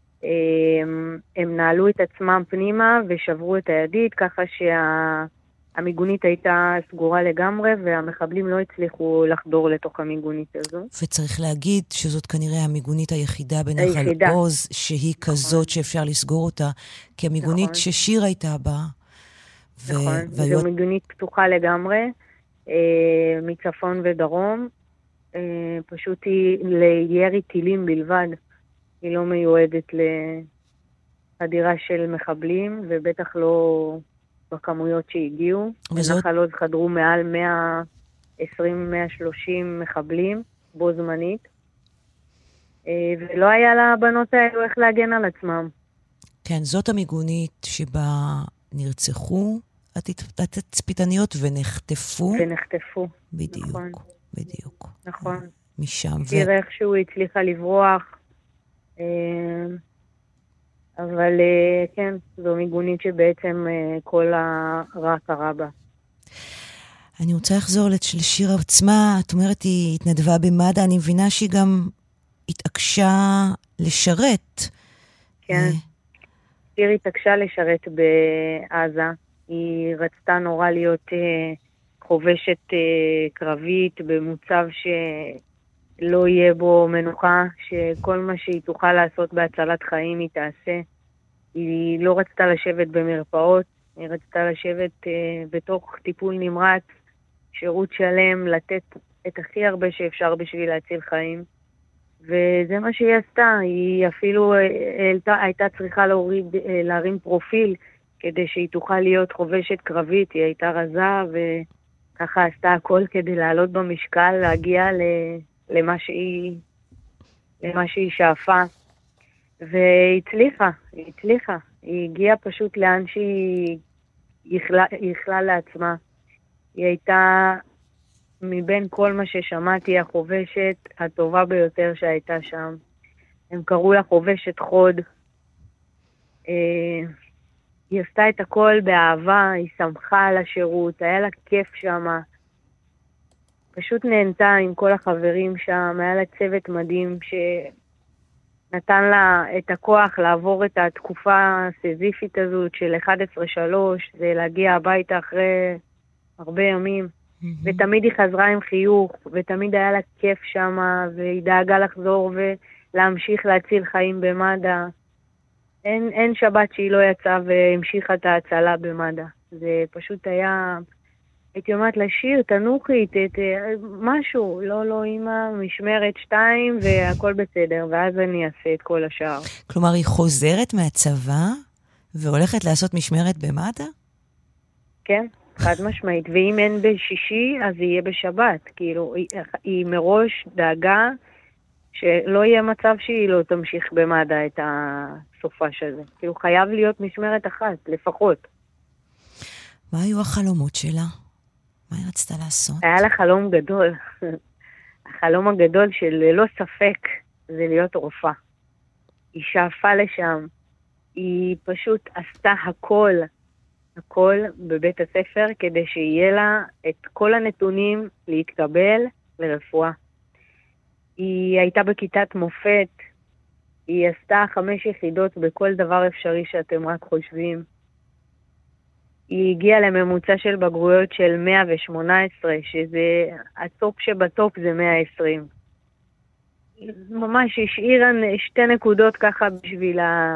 הם נעלו את עצמם פנימה ושברו את הידית, ככה המיגונית הייתה סגורה לגמרי, והמחבלים לא הצליחו לחדור לתוך המיגונית הזו. וצריך להגיד שזאת כנראה המיגונית היחידה בנחל עוז, שהיא כזאת שאפשר לסגור אותה, כי המיגונית ששיר הייתה בה. נכון, זו מיגונית פתוחה לגמרי, מצפון ודרום, פשוט היא לירי טילים בלבד, היא לא מיועדת לחדירה של מחבלים, ובטח לא בכמויות שהגיעו. בנחל עוז חדרו מעל 120-130 מחבלים בו זמנית, ולא היה לבנות האלו איך להגן על עצמם. כן, זאת המיגונית שבה נרצחו התצפיתניות ונחטפו. ונחטפו. בדיוק, נכון. בדיוק. נכון. משם. תראה איכשהו הצליחה לברוח, אבל כן, זו מיגונית שבעצם כל הרע קרה בה. אני רוצה לחזור לשירה עצמה, את אומרת היא התנדבה במד"א, אני מבינה שהיא גם התעקשה לשרת. כן, שיר התעקשה לשרת בעזה, היא רצתה נורא להיות חובשת קרבית במוצב שלא יהיה בו מנוחה, שכל מה שהיא תוכל לעשות בהצלת חיים היא תעשה. היא לא רצתה לשבת במרפאות, היא רצתה לשבת בתוך טיפול נמרץ, שירות שלם, לתת את הכי הרבה שאפשר בשביל להציל חיים. וזה מה שהיא עשתה, היא אפילו הייתה צריכה להרים פרופיל כדי שהיא תוכל להיות חובשת קרבית, היא הייתה רזה וככה עשתה הכל כדי לעלות במשקל, להגיע למה שהיא שאפה. והיא הצליחה, היא הגיעה פשוט לאן שהיא יכלה לעצמה. היא הייתה מבין כל מה ששמעתי החובשת הטובה ביותר שהייתה שם. הם קראו לה חובשת חוד. היא עשתה את הכל באהבה, היא שמחה על השירות, היה לה כיף שם. פשוט נהנתה עם כל החברים שם, היה לה צוות מדהים שנתן לה את הכוח לעבור את התקופה הסזיפית הזאת של 11-3, זה להגיע הביתה אחרי הרבה ימים. ותמיד היא חזרה עם חיוך, ותמיד היה לה כיף שם, והיא דאגה לחזור ולהמשיך להציל חיים במד"א. אין שבת שהיא לא יצאה והמשיכה את ההצלה במד"א. זה פשוט היה, הייתי אומרת לשיר, תנוחית, משהו, לא אמא, משמרת 2 והכל בסדר, ואז אני אעשה את כל השאר. כלומר, היא חוזרת מהצבא והולכת לעשות משמרת במד"א? כן. חד משמעית, ואם אין בשישי, אז יהיה בשבת. כאילו, היא מראש דאגה שלא יהיה מצב שהיא לא תמשיך במד"א את הסופש הזה. כאילו, חייב להיות משמרת אחת, לפחות. מה היו החלומות שלה? מה היא רצתה לעשות? היה לה חלום גדול. החלום הגדול שללא ספק זה להיות רופאה. היא שאפה לשם. היא פשוט עשתה הכל בבית הספר, כדי שיהיה לה את כל הנתונים להתקבל לרפואה. היא הייתה בכיתת מופת, היא עשתה 5 יחידות בכל דבר אפשרי שאתם רק חושבים. היא הגיעה לממוצע של בגרויות של 118, שזה הטופ שבטופ זה 120. ממש השאירה 2 נקודות ככה בשביל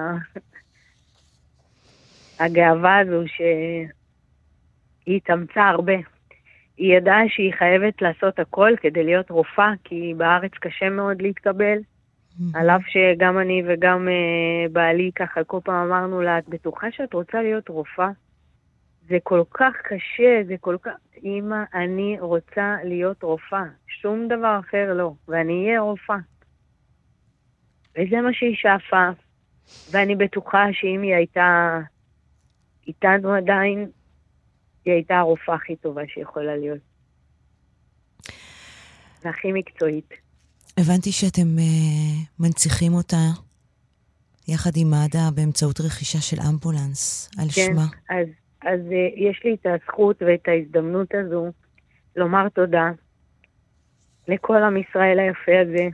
הגאווה הזו שהיא התאמצה הרבה. היא ידעה שהיא חייבת לעשות הכל כדי להיות רופאה, כי בארץ קשה מאוד להתקבל. על אף שגם אני וגם בעלי ככה כל פעם אמרנו לה, את בטוחה שאת רוצה להיות רופאה? זה כל כך קשה, זה כל כך... אמא, אני רוצה להיות רופאה. שום דבר אחר לא. ואני אהיה רופאה. וזה מה שהיא שאפה. ואני בטוחה שאם היא הייתה איתנו עדיין, היא הייתה הרופאה הכי טובה שיכולה להיות. והכי מקצועית. הבנתי שאתם מנציחים אותה יחד עם מד"א באמצעות רכישה של אמבולנס על שמה. כן, אז יש לי את הזכות ואת ההזדמנות הזו לומר תודה לכל עם ישראל היפה הזה,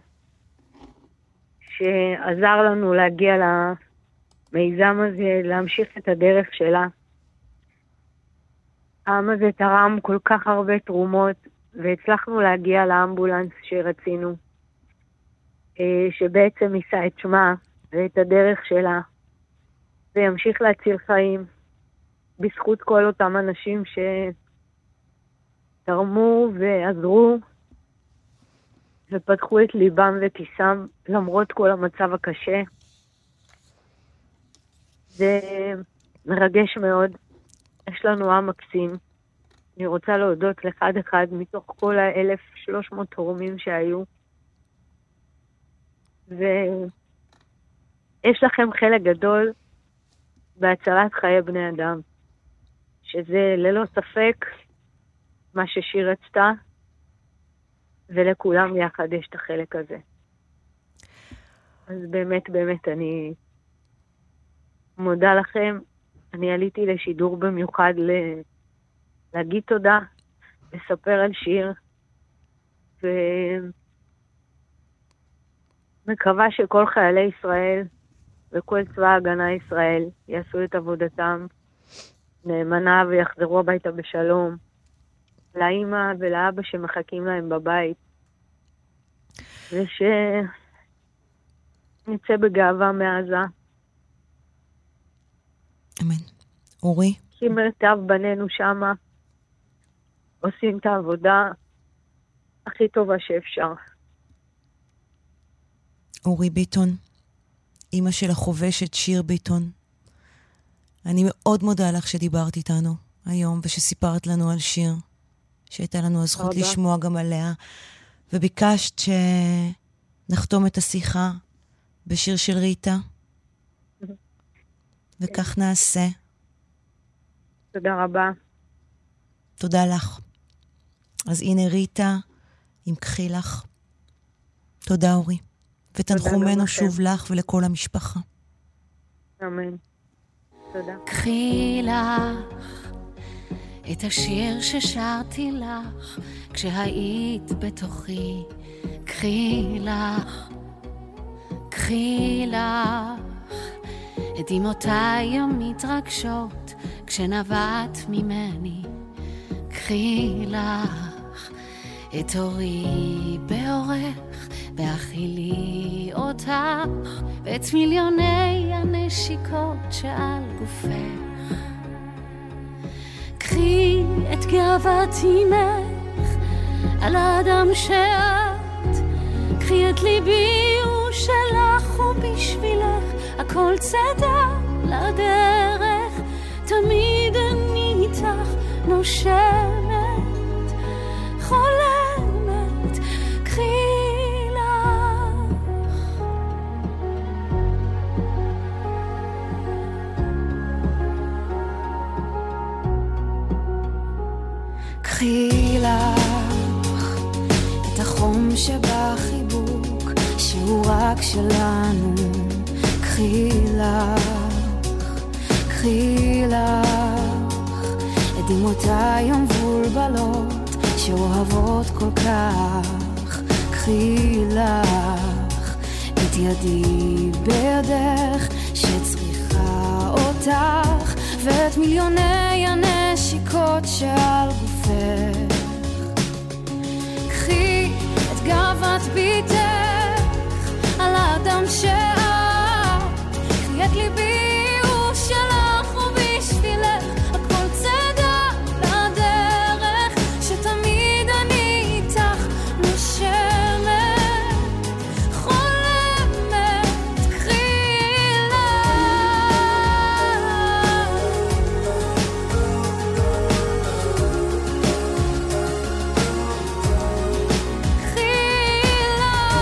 שעזר לנו להגיע למיזם הזה, להמשיך את הדרך שלה. העם הזה תרם כל כך הרבה תרומות, והצלחנו להגיע לאמבולנס שרצינו, שבעצם יישא את שמה ואת הדרך שלה, וימשיך להציל חיים, בזכות כל אותם אנשים שתרמו ועזרו, ופתחו את ליבם וכיסם, למרות כל המצב הקשה. זה מרגש מאוד. יש לנו עם מקסים. אני רוצה להודות לאחד אחד מתוך כל 1,300 תורמים שהיו. ויש לכם חלק גדול בהצלת חיי בני אדם, שזה ללא ספק מה ששיר רצתה, ולכולם יחד יש את החלק הזה. אז באמת, באמת, אני מודה לכם. אני עליתי לשידור במיוחד להגיד תודה, לספר על שיר, ומקווה שכל חיילי ישראל וכל צבא ההגנה ישראל יעשו את עבודתם נאמנה ויחזרו הביתה בשלום, לאמא ולאבא שמחכים להם בבית, ושנצא בגאווה מעזה. אמן. אורי? כי מיטב בנינו שמה עושים את העבודה הכי טובה שאפשר. אורי ביטון, אמא של החובשת שיר ביטון, אני מאוד מודה לך שדיברת איתנו היום ושסיפרת לנו על שיר, שהייתה לנו הזכות לשמוע גם עליה, וביקשת שנחתום את השיחה בשיר של ריטה, וכך נעשה. תודה רבה. תודה לך. אז הנה ריטה, עם קחי לך. תודה אורי. ותנחומנו שוב לך ולכל המשפחה. אמן. תודה. קחי לך את השיר ששרתי לך כשהיית בתוכי. קחי לך, קחי לך את דמעותיי המתרגשות כשנבעת ממני. קחי לך את אורי באורך והאכילי אותך ואת מיליוני הנשיקות שעל גופך. קחי את גאוות אימך על האדם שאת, קחי את ליבי הוא שלך ובשבילך הכל צדה לדרך, תמיד אני איתך נושמת חולמת. קחי קחי לך את החום שבחיבוק שהוא רק שלנו. קחי לך, קחי לך את דמעותיי המבולבלות שאוהבות כל כך. קחי לך את ידי בידך שצריכה אותך ואת מיליוני הנשיקות שעל גופך. קחי את גאוות ביתך על האדם שאת, קחי את ליבי הוא שלך ובשבילך הכל צדה לדרך, שתמיד אני איתך נושמת חולמת. קחי לך,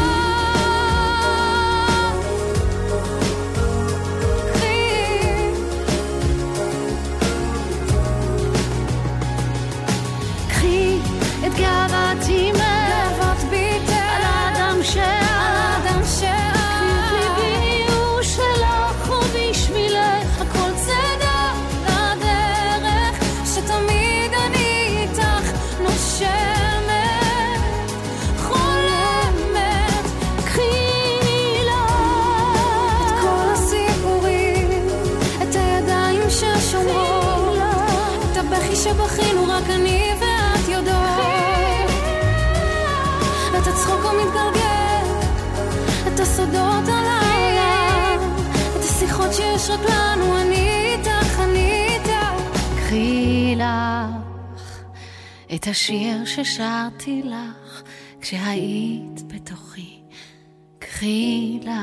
שבחינו רק אני ואת יודעות את הצחוק המתגלגל, את הסודות על העולם, את השיחות שיש רק לנו, אני איתך, אני איתך. קחי לך את השיר ששרתי לך כשהיית בתוכי, קחי לך.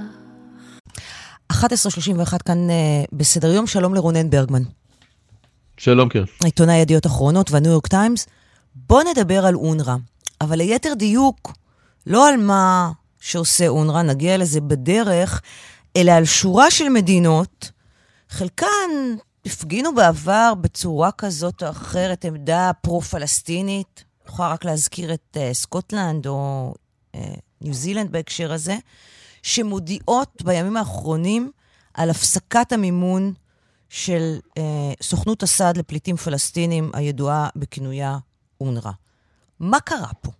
11:31 כאן בסדר יום. שלום לרונן ברגמן. שלום, כן. עיתונאי ידיעות אחרונות והניו יורק טיימס. בוא נדבר על אונר"א, אבל ליתר דיוק, לא על מה שעושה אונר"א, נגיע לזה בדרך, אלא על שורה של מדינות, חלקן הפגינו בעבר בצורה כזאת או אחרת, עמדה פרו-פלסטינית, יכולה רק להזכיר את סקוטלנד או ניו זילנד בהקשר הזה, שמודיעות בימים האחרונים על הפסקת המימון של סוכנות הסעד לפליטים פלסטינים, הידועה בכינויה אונר"א. מה קרה פה?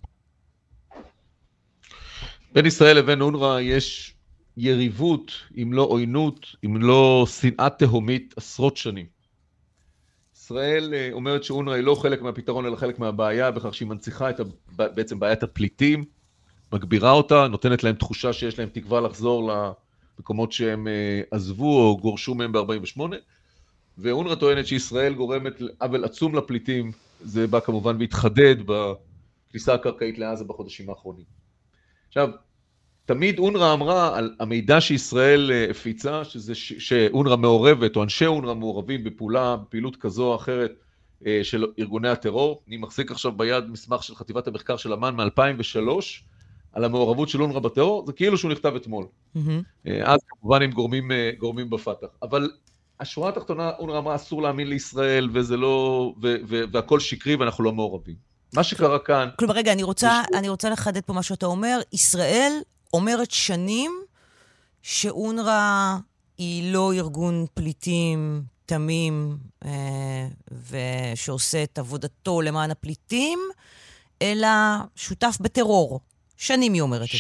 בין ישראל לבין אונר"א יש יריבות, אם לא עוינות, אם לא שנאה תהומית, עשרות שנים. ישראל אומרת שאונר"א היא לא חלק מהפתרון, אלא חלק מהבעיה, בכך שהיא מנציחה את בעצם בעיית הפליטים, מגבירה אותה, נותנת להם תחושה שיש להם תקווה לחזור למקומות שהם עזבו או גורשו מהם ב-48, ואונר"א טוענת שישראל גורמת עוול עצום לפליטים, זה בא כמובן והתחדד בכניסה הקרקעית לעזה בחודשים האחרונים. עכשיו, תמיד אונר"א אמרה על המידע שישראל הפיצה, שאונר"א מעורבת או אנשי אונר"א מעורבים בפעילות כזו או אחרת של ארגוני הטרור. אני מחזיק עכשיו ביד מסמך של חטיבת המחקר של אמ"ן מ-2003, על המעורבות של אונר"א בטרור, זה כאילו שהוא נכתב אתמול. אז כמובן עם גורמים בפתח. אבל השורה התחתונה, אונר"א אמרה, אסור להאמין לישראל, וזה לא, והכל שקרי ואנחנו לא מעורבים. מה שקרה כאן... כלומר, רגע, אני רוצה לחדד פה מה שאתה אומר. ישראל אומרת שנים שאונר"א היא לא ארגון פליטים תמים, ושעושה את עבודתו למען הפליטים, אלא שותף בטרור. שנים היא אומרת את זה.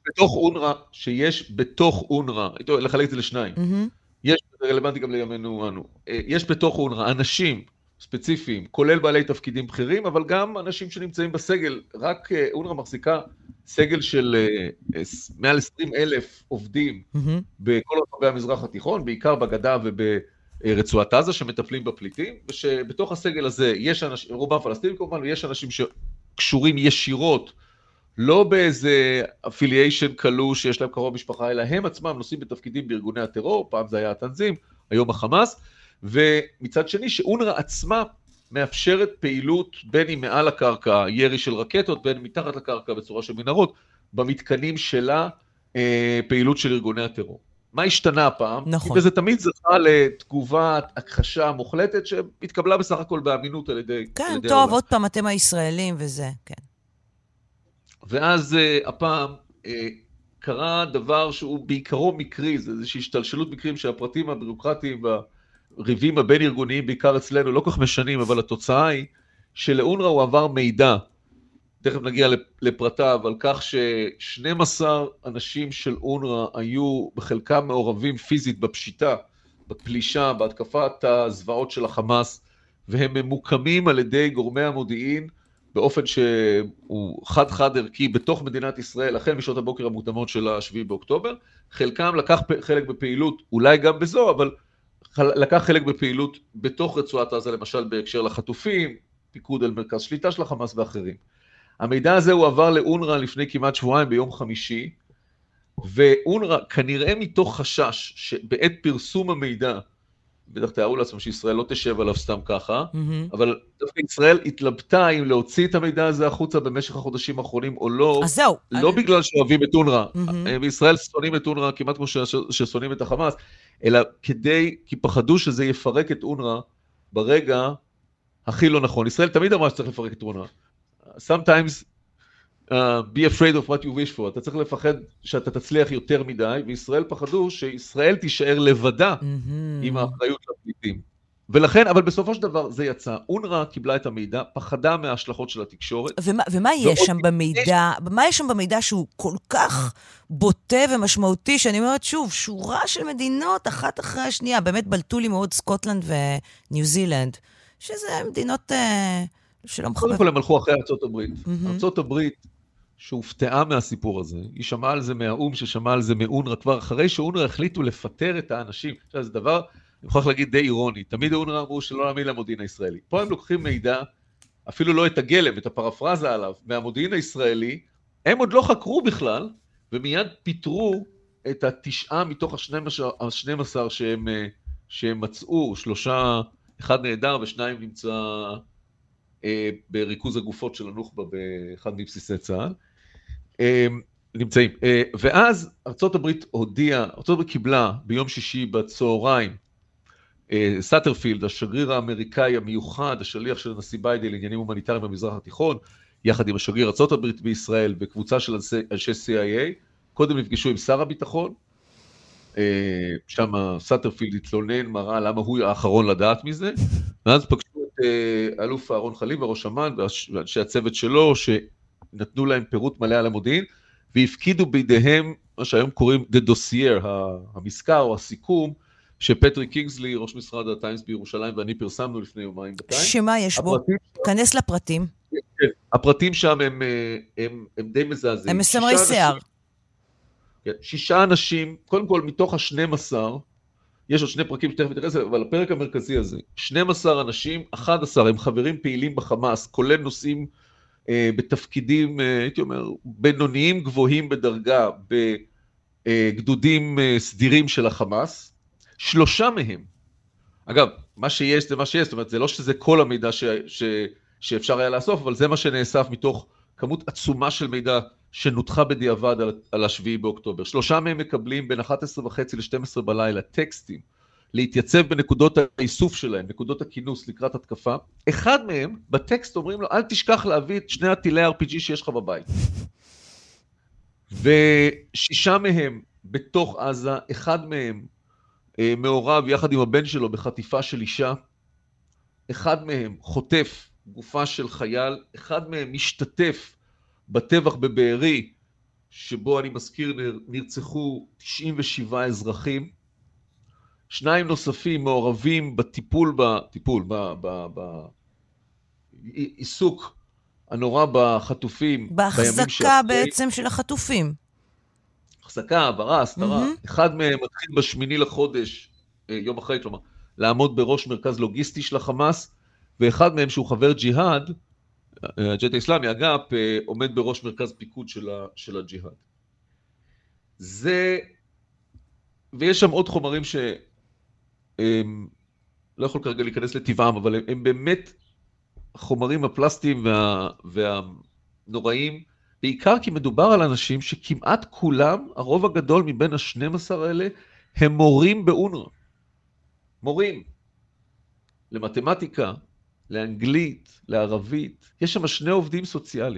שיש בתוך אונר"א, לחלק את זה לשניים. יש, רלוונטי גם לימינו אנו, יש בתוך אונר"א אנשים ספציפיים, כולל בעלי תפקידים בכירים, אבל גם אנשים שנמצאים בסגל. רק אונר"א מחזיקה סגל של מעל 20,000 עובדים בכל רחבי המזרח התיכון, בעיקר בגדה וברצועת עזה, שמטפלים בפליטים, ושבתוך הסגל הזה יש אנשים, רובם פלסטינים כמובן, ויש אנשים שקשורים ישירות, לא באיזה אפיליישן קלוש שיש להם קרוב משפחה, אלא הם עצמם נושאים בתפקידים בארגוני הטרור, פעם זה היה התנזים, היום החמאס, ומצד שני שאונר"א עצמה מאפשרת פעילות בין אם מעל הקרקע, ירי של רקטות, בין מתחת לקרקע בצורה של מנהרות, במתקנים שלה פעילות של ארגוני הטרור. מה השתנה הפעם? נכון. וזה תמיד זכה לתגובת הכחשה מוחלטת, שהתקבלה בסך הכל באמינות על ידי... כן, טוב, עוד פעם אתם הישראלים וזה, כן. ואז הפעם קרה דבר שהוא בעיקרו מקרי, זה איזושהי השתלשלות מקרים שהפרטים הבירוקרטיים והריבים הבין ארגוניים בעיקר אצלנו לא כך משנים, אבל התוצאה היא שלאונר"א הוא עבר מידע, תכף נגיע לפרטיו, על כך ש12 אנשים של אונר"א היו בחלקם מעורבים פיזית בפשיטה, בפלישה, בהתקפת הזוועות של החמאס, והם ממוקמים על ידי גורמי המודיעין, באופן שהוא חד ערכי בתוך מדינת ישראל, החל משעות הבוקר המוקדמות של ה-7 באוקטובר, חלקם לקח חלק בפעילות, אולי גם בזו, אבל לקח חלק בפעילות בתוך רצועת עזה, למשל בהקשר לחטופים, פיקוד על מרכז שליטה של החמאס ואחרים. המידע הזה הוא עבר לאונר"א לפני כמעט שבועיים ביום חמישי, ואונר"א כנראה מתוך חשש שבעת פרסום המידע, בטח תיארו לעצמם שישראל לא תשב עליו סתם ככה, אבל דווקא ישראל התלבטה אם להוציא את המידע הזה החוצה במשך החודשים האחרונים או לא, אז זהו. לא בגלל שאוהבים את אונר"א, בישראל שונאים את אונר"א כמעט כמו ששונאים את החמאס, אלא כי פחדו שזה יפרק את אונר"א ברגע הכי לא נכון. ישראל תמיד אמרה שצריך לפרק את אונר"א. Sometimes be afraid of what you wish for. אתה צריך לפחד שאתה תצליח יותר מדי, וישראל פחדו שישראל תישאר לבדה עם האחריות לפליטים. ולכן, אבל בסופו של דבר זה יצא. אונר"א קיבלה את המידע, פחדה מההשלכות של התקשורת. ומה יש שם במידע? מה יש שם במידע שהוא כל כך בוטה ומשמעותי, שאני אומרת שוב, שורה של מדינות אחת אחרי השנייה, באמת בלטו לי מאוד סקוטלנד וניו זילנד, שזה מדינות שלא מחבב. קודם כל הם הלכו אחרי ארצות הברית. ארצות הברית שהופתעה מהסיפור הזה, היא שמעה על זה מהאום, ששמעה על זה מאונר"א, כבר אחרי שאונר"א החליטו לפטר את האנשים. עכשיו, זה דבר, אני יכול להגיד, די אירוני. תמיד אונר"א אמרו שלא להאמין למודיעין הישראלי. פה הם לוקחים מידע, אפילו לא את הגלם, את הפרפרזה עליו, מהמודיעין הישראלי, הם עוד לא חקרו בכלל, ומיד פיטרו את 9 מתוך ה-12 שהם מצאו, 3, 1 נהדר ו2 נמצא בריכוז הגופות של הנוח'בה באחד מבסיסי צה"ל, נמצאים. ואז ארצות הברית קיבלה ביום שישי בצהריים, סאטרפילד, השגריר האמריקאי המיוחד, השליח של הנשיא ביידן לעניינים הומניטריים במזרח התיכון, יחד עם השגריר ארצות הברית בישראל וקבוצה של אנשי CIA, קודם נפגשו עם שר הביטחון, שם סאטרפילד התלונן, מראה למה הוא האחרון לדעת מזה, ואז פגשו את אלוף אהרון חליב וראש אמ"ן ואנשי הצוות שלו, שנתנו להם פירוט מלא על המודיעין, והפקידו בידיהם מה שהיום קוראים The Dossier, המזכר או הסיכום, שפטריק קינגסלי, ראש משרד הטיימס בירושלים, ואני פרסמנו לפני יומיים בטיימס. שמה יש בו? כנס לפרטים. כן, הפרטים שם הם די מזעזעים. הם מסמרי שיער. 6 אנשים, קודם כל מתוך ה-12, יש עוד 2 פרקים שתכף נתייחס, אבל הפרק המרכזי הזה, 12 אנשים, 11 הם חברים פעילים בחמאס, כולל נושאים בתפקידים, הייתי אומר, בינוניים גבוהים בדרגה, בגדודים סדירים של החמאס, 3 מהם. אגב, מה שיש זה מה שיש, זאת אומרת, זה לא שזה כל המידע שאפשר היה לאסוף, אבל זה מה שנאסף מתוך כמות עצומה של מידע שנותחה בדיעבד על השביעי באוקטובר. 3 מהם מקבלים בין 11:30 ל-12 בלילה טקסטים, להתייצב בנקודות האיסוף שלהם, נקודות הכינוס לקראת התקפה. אחד מהם, בטקסט אומרים לו, אל תשכח להביא את 2 הטילי RPG שיש לך בבית. ו6 מהם בתוך עזה, אחד מהם מעורב יחד עם הבן שלו בחטיפה של אישה, אחד מהם חוטף גופה של חייל, אחד מהם משתתף בטבח בבארי, שבו אני מזכיר נרצחו 97 אזרחים, 2 נוספים מעורבים בעיסוק הנורא בחטופים. בהחזקה בעצם של החטופים. החזקה, העברה, הסתרה. אחד מהם מתחיל ב8 לחודש, יום אחרי, כלומר, לעמוד בראש מרכז לוגיסטי של החמאס, ואחד מהם שהוא חבר ג'יהאד, הג'יהאד האסלאמי, אגב, עומד בראש מרכז פיקוד של הג'יהאד. זה, ויש שם עוד חומרים לא יכול כרגע להיכנס לטבעם, אבל הם באמת החומרים הפלסטיים והנוראים, בעיקר כי מדובר על אנשים שכמעט כולם, הרוב הגדול מבין ה-12 האלה, הם מורים באונר"א. מורים. למתמטיקה, לאנגלית, לערבית. יש שם 2 עובדים סוציאליים.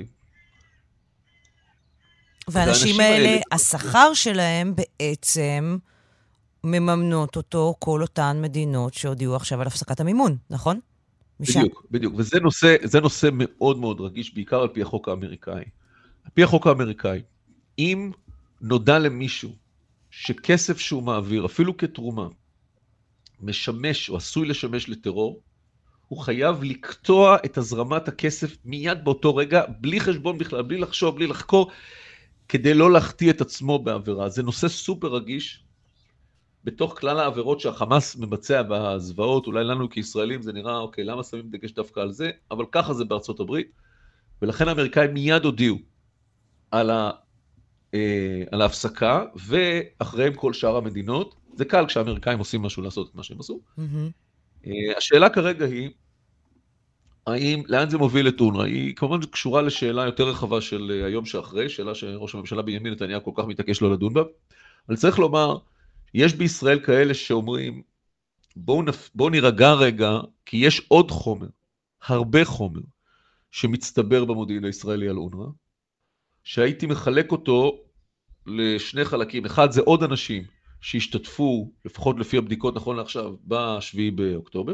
והאנשים האלה, השכר שלהם בעצם מממנות אותו כל אותן מדינות שהודיעו עכשיו על הפסקת המימון, נכון? בדיוק. וזה נושא מאוד מאוד רגיש, בעיקר על פי החוק האמריקאי. על פי החוק האמריקאי, אם נודע למישהו שכסף שהוא מעביר, אפילו כתרומה, משמש או עשוי לשמש לטרור, הוא חייב לקטוע את הזרמת הכסף מיד באותו רגע, בלי חשבון בכלל, בלי לחשוב, בלי לחקור, כדי לא להחטיא את עצמו בעבירה. זה נושא סופר רגיש, בתוך כלל העבירות שהחמאס מבצע בהזוועות, אולי לנו כישראלים זה נראה, אוקיי, למה שמים דגש דווקא על זה? אבל ככה זה בארצות הברית, ולכן האמריקאים מיד הודיעו על ההפסקה, ואחריהם כל שאר המדינות. זה קל כשהאמריקאים עושים משהו לעשות את מה שהם עשו. השאלה כרגע היא, לאן זה מוביל את אונר"א? היא כמובן קשורה לשאלה יותר רחבה של היום שאחרי, שאלה שראש הממשלה בנימין נתניהו כל כך מתעקש לא לדון בה, אבל צריך לומר, יש בישראל כאלה שאומרים, בואו נירגע רגע, כי יש עוד חומר, הרבה חומר, שמצטבר במודיעין הישראלי על אונר"א, שהייתי מחלק אותו לשני חלקים. אחד זה עוד אנשים שהשתתפו, לפחות לפי הבדיקות נכון לעכשיו, בשביעי באוקטובר,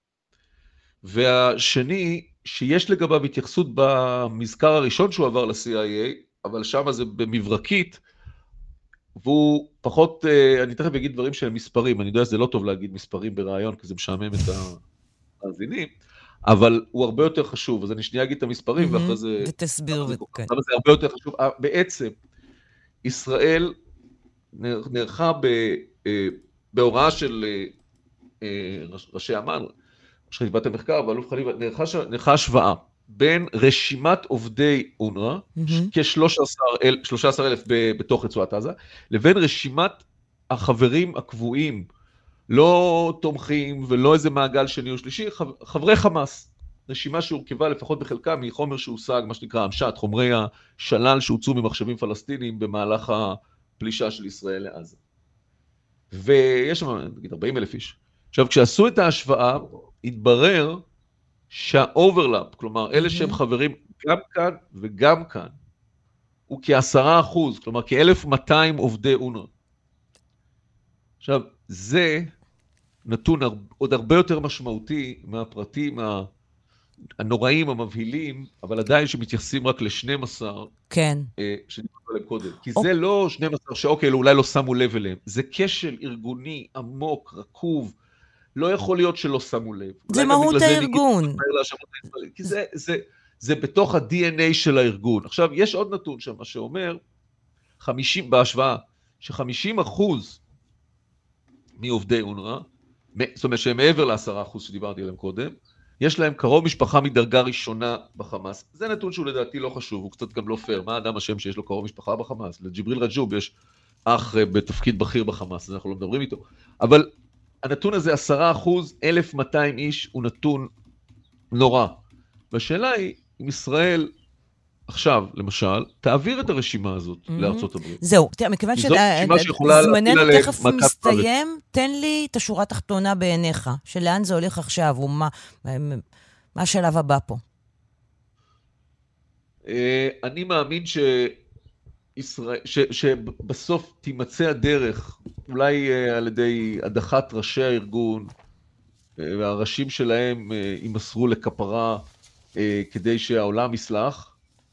והשני, שיש לגביו התייחסות במזכר הראשון שהוא עבר ל-CIA, אבל שם זה במברקית, והוא פחות, אני תכף אגיד דברים שהם מספרים, אני יודע שזה לא טוב להגיד מספרים ברעיון, כי זה משעמם את המאזינים, אבל הוא הרבה יותר חשוב, אז אני שנייה אגיד את המספרים, ואחרי זה... ותסביר. אבל זה הרבה יותר חשוב. בעצם, ישראל נערכה בהוראה של ראשי אמ"ן, ראש חטיבת המחקר, ואלוף חליבה, נערכה השוואה בין רשימת עובדי אונר"א, כ-13,000 בתוך רצועת עזה, לבין רשימת החברים הקבועים, לא תומכים ולא איזה מעגל שני או שלישי, חברי חמאס. רשימה שהורכבה לפחות בחלקה מחומר שהושג, מה שנקרא המשט, חומרי השלל שהוצאו ממחשבים פלסטינים במהלך הפלישה של ישראל לעזה. ויש שם, נגיד, 40,000 איש. עכשיו, כשעשו את ההשוואה, התברר שהאוברלאפ, כלומר, אלה שהם חברים גם כאן וגם כאן, הוא כ10%, כלומר, כ1,200 עובדי אונר"א. עכשיו, זה נתון עוד הרבה יותר משמעותי מהפרטים הנוראים, המבהילים, אבל עדיין שמתייחסים רק ל-12, כן. שדיברנו עליהם קודם. כי זה לא 12 שאוקיי, אולי לא שמו לב אליהם. זה כשל ארגוני עמוק, רקוב, לא יכול להיות שלא שמו לב. זה מהות הארגון. כי זה בתוך ה-DNA של הארגון. עכשיו, יש עוד נתון שם, שאומר, בהשוואה, ש50% מעובדי אונר"א, זאת אומרת שהם מעבר ל10% שדיברתי עליהם קודם, יש להם קרוב משפחה מדרגה ראשונה בחמאס. זה נתון שהוא לדעתי לא חשוב, הוא קצת גם לא פייר. מה האדם השם שיש לו קרוב משפחה בחמאס? לג'יבריל רג'וב יש אח בתפקיד בכיר בחמאס, אז אנחנו לא מדברים איתו. אבל הנתון הזה, 10%, 1,200 איש, הוא נתון נורא. והשאלה היא, אם ישראל עכשיו, למשל, תעביר את הרשימה הזאת לארצות הברית. זהו, מכיוון שזמננו תכף מסתיים, תן לי את השורה התחתונה בעיניך, שלאן זה הולך עכשיו, ומה השלב הבא פה? אני מאמין שבסוף תימצא הדרך, אולי על ידי הדחת ראשי הארגון, והראשים שלהם יימסרו לכפרה, כדי שהעולם יסלח,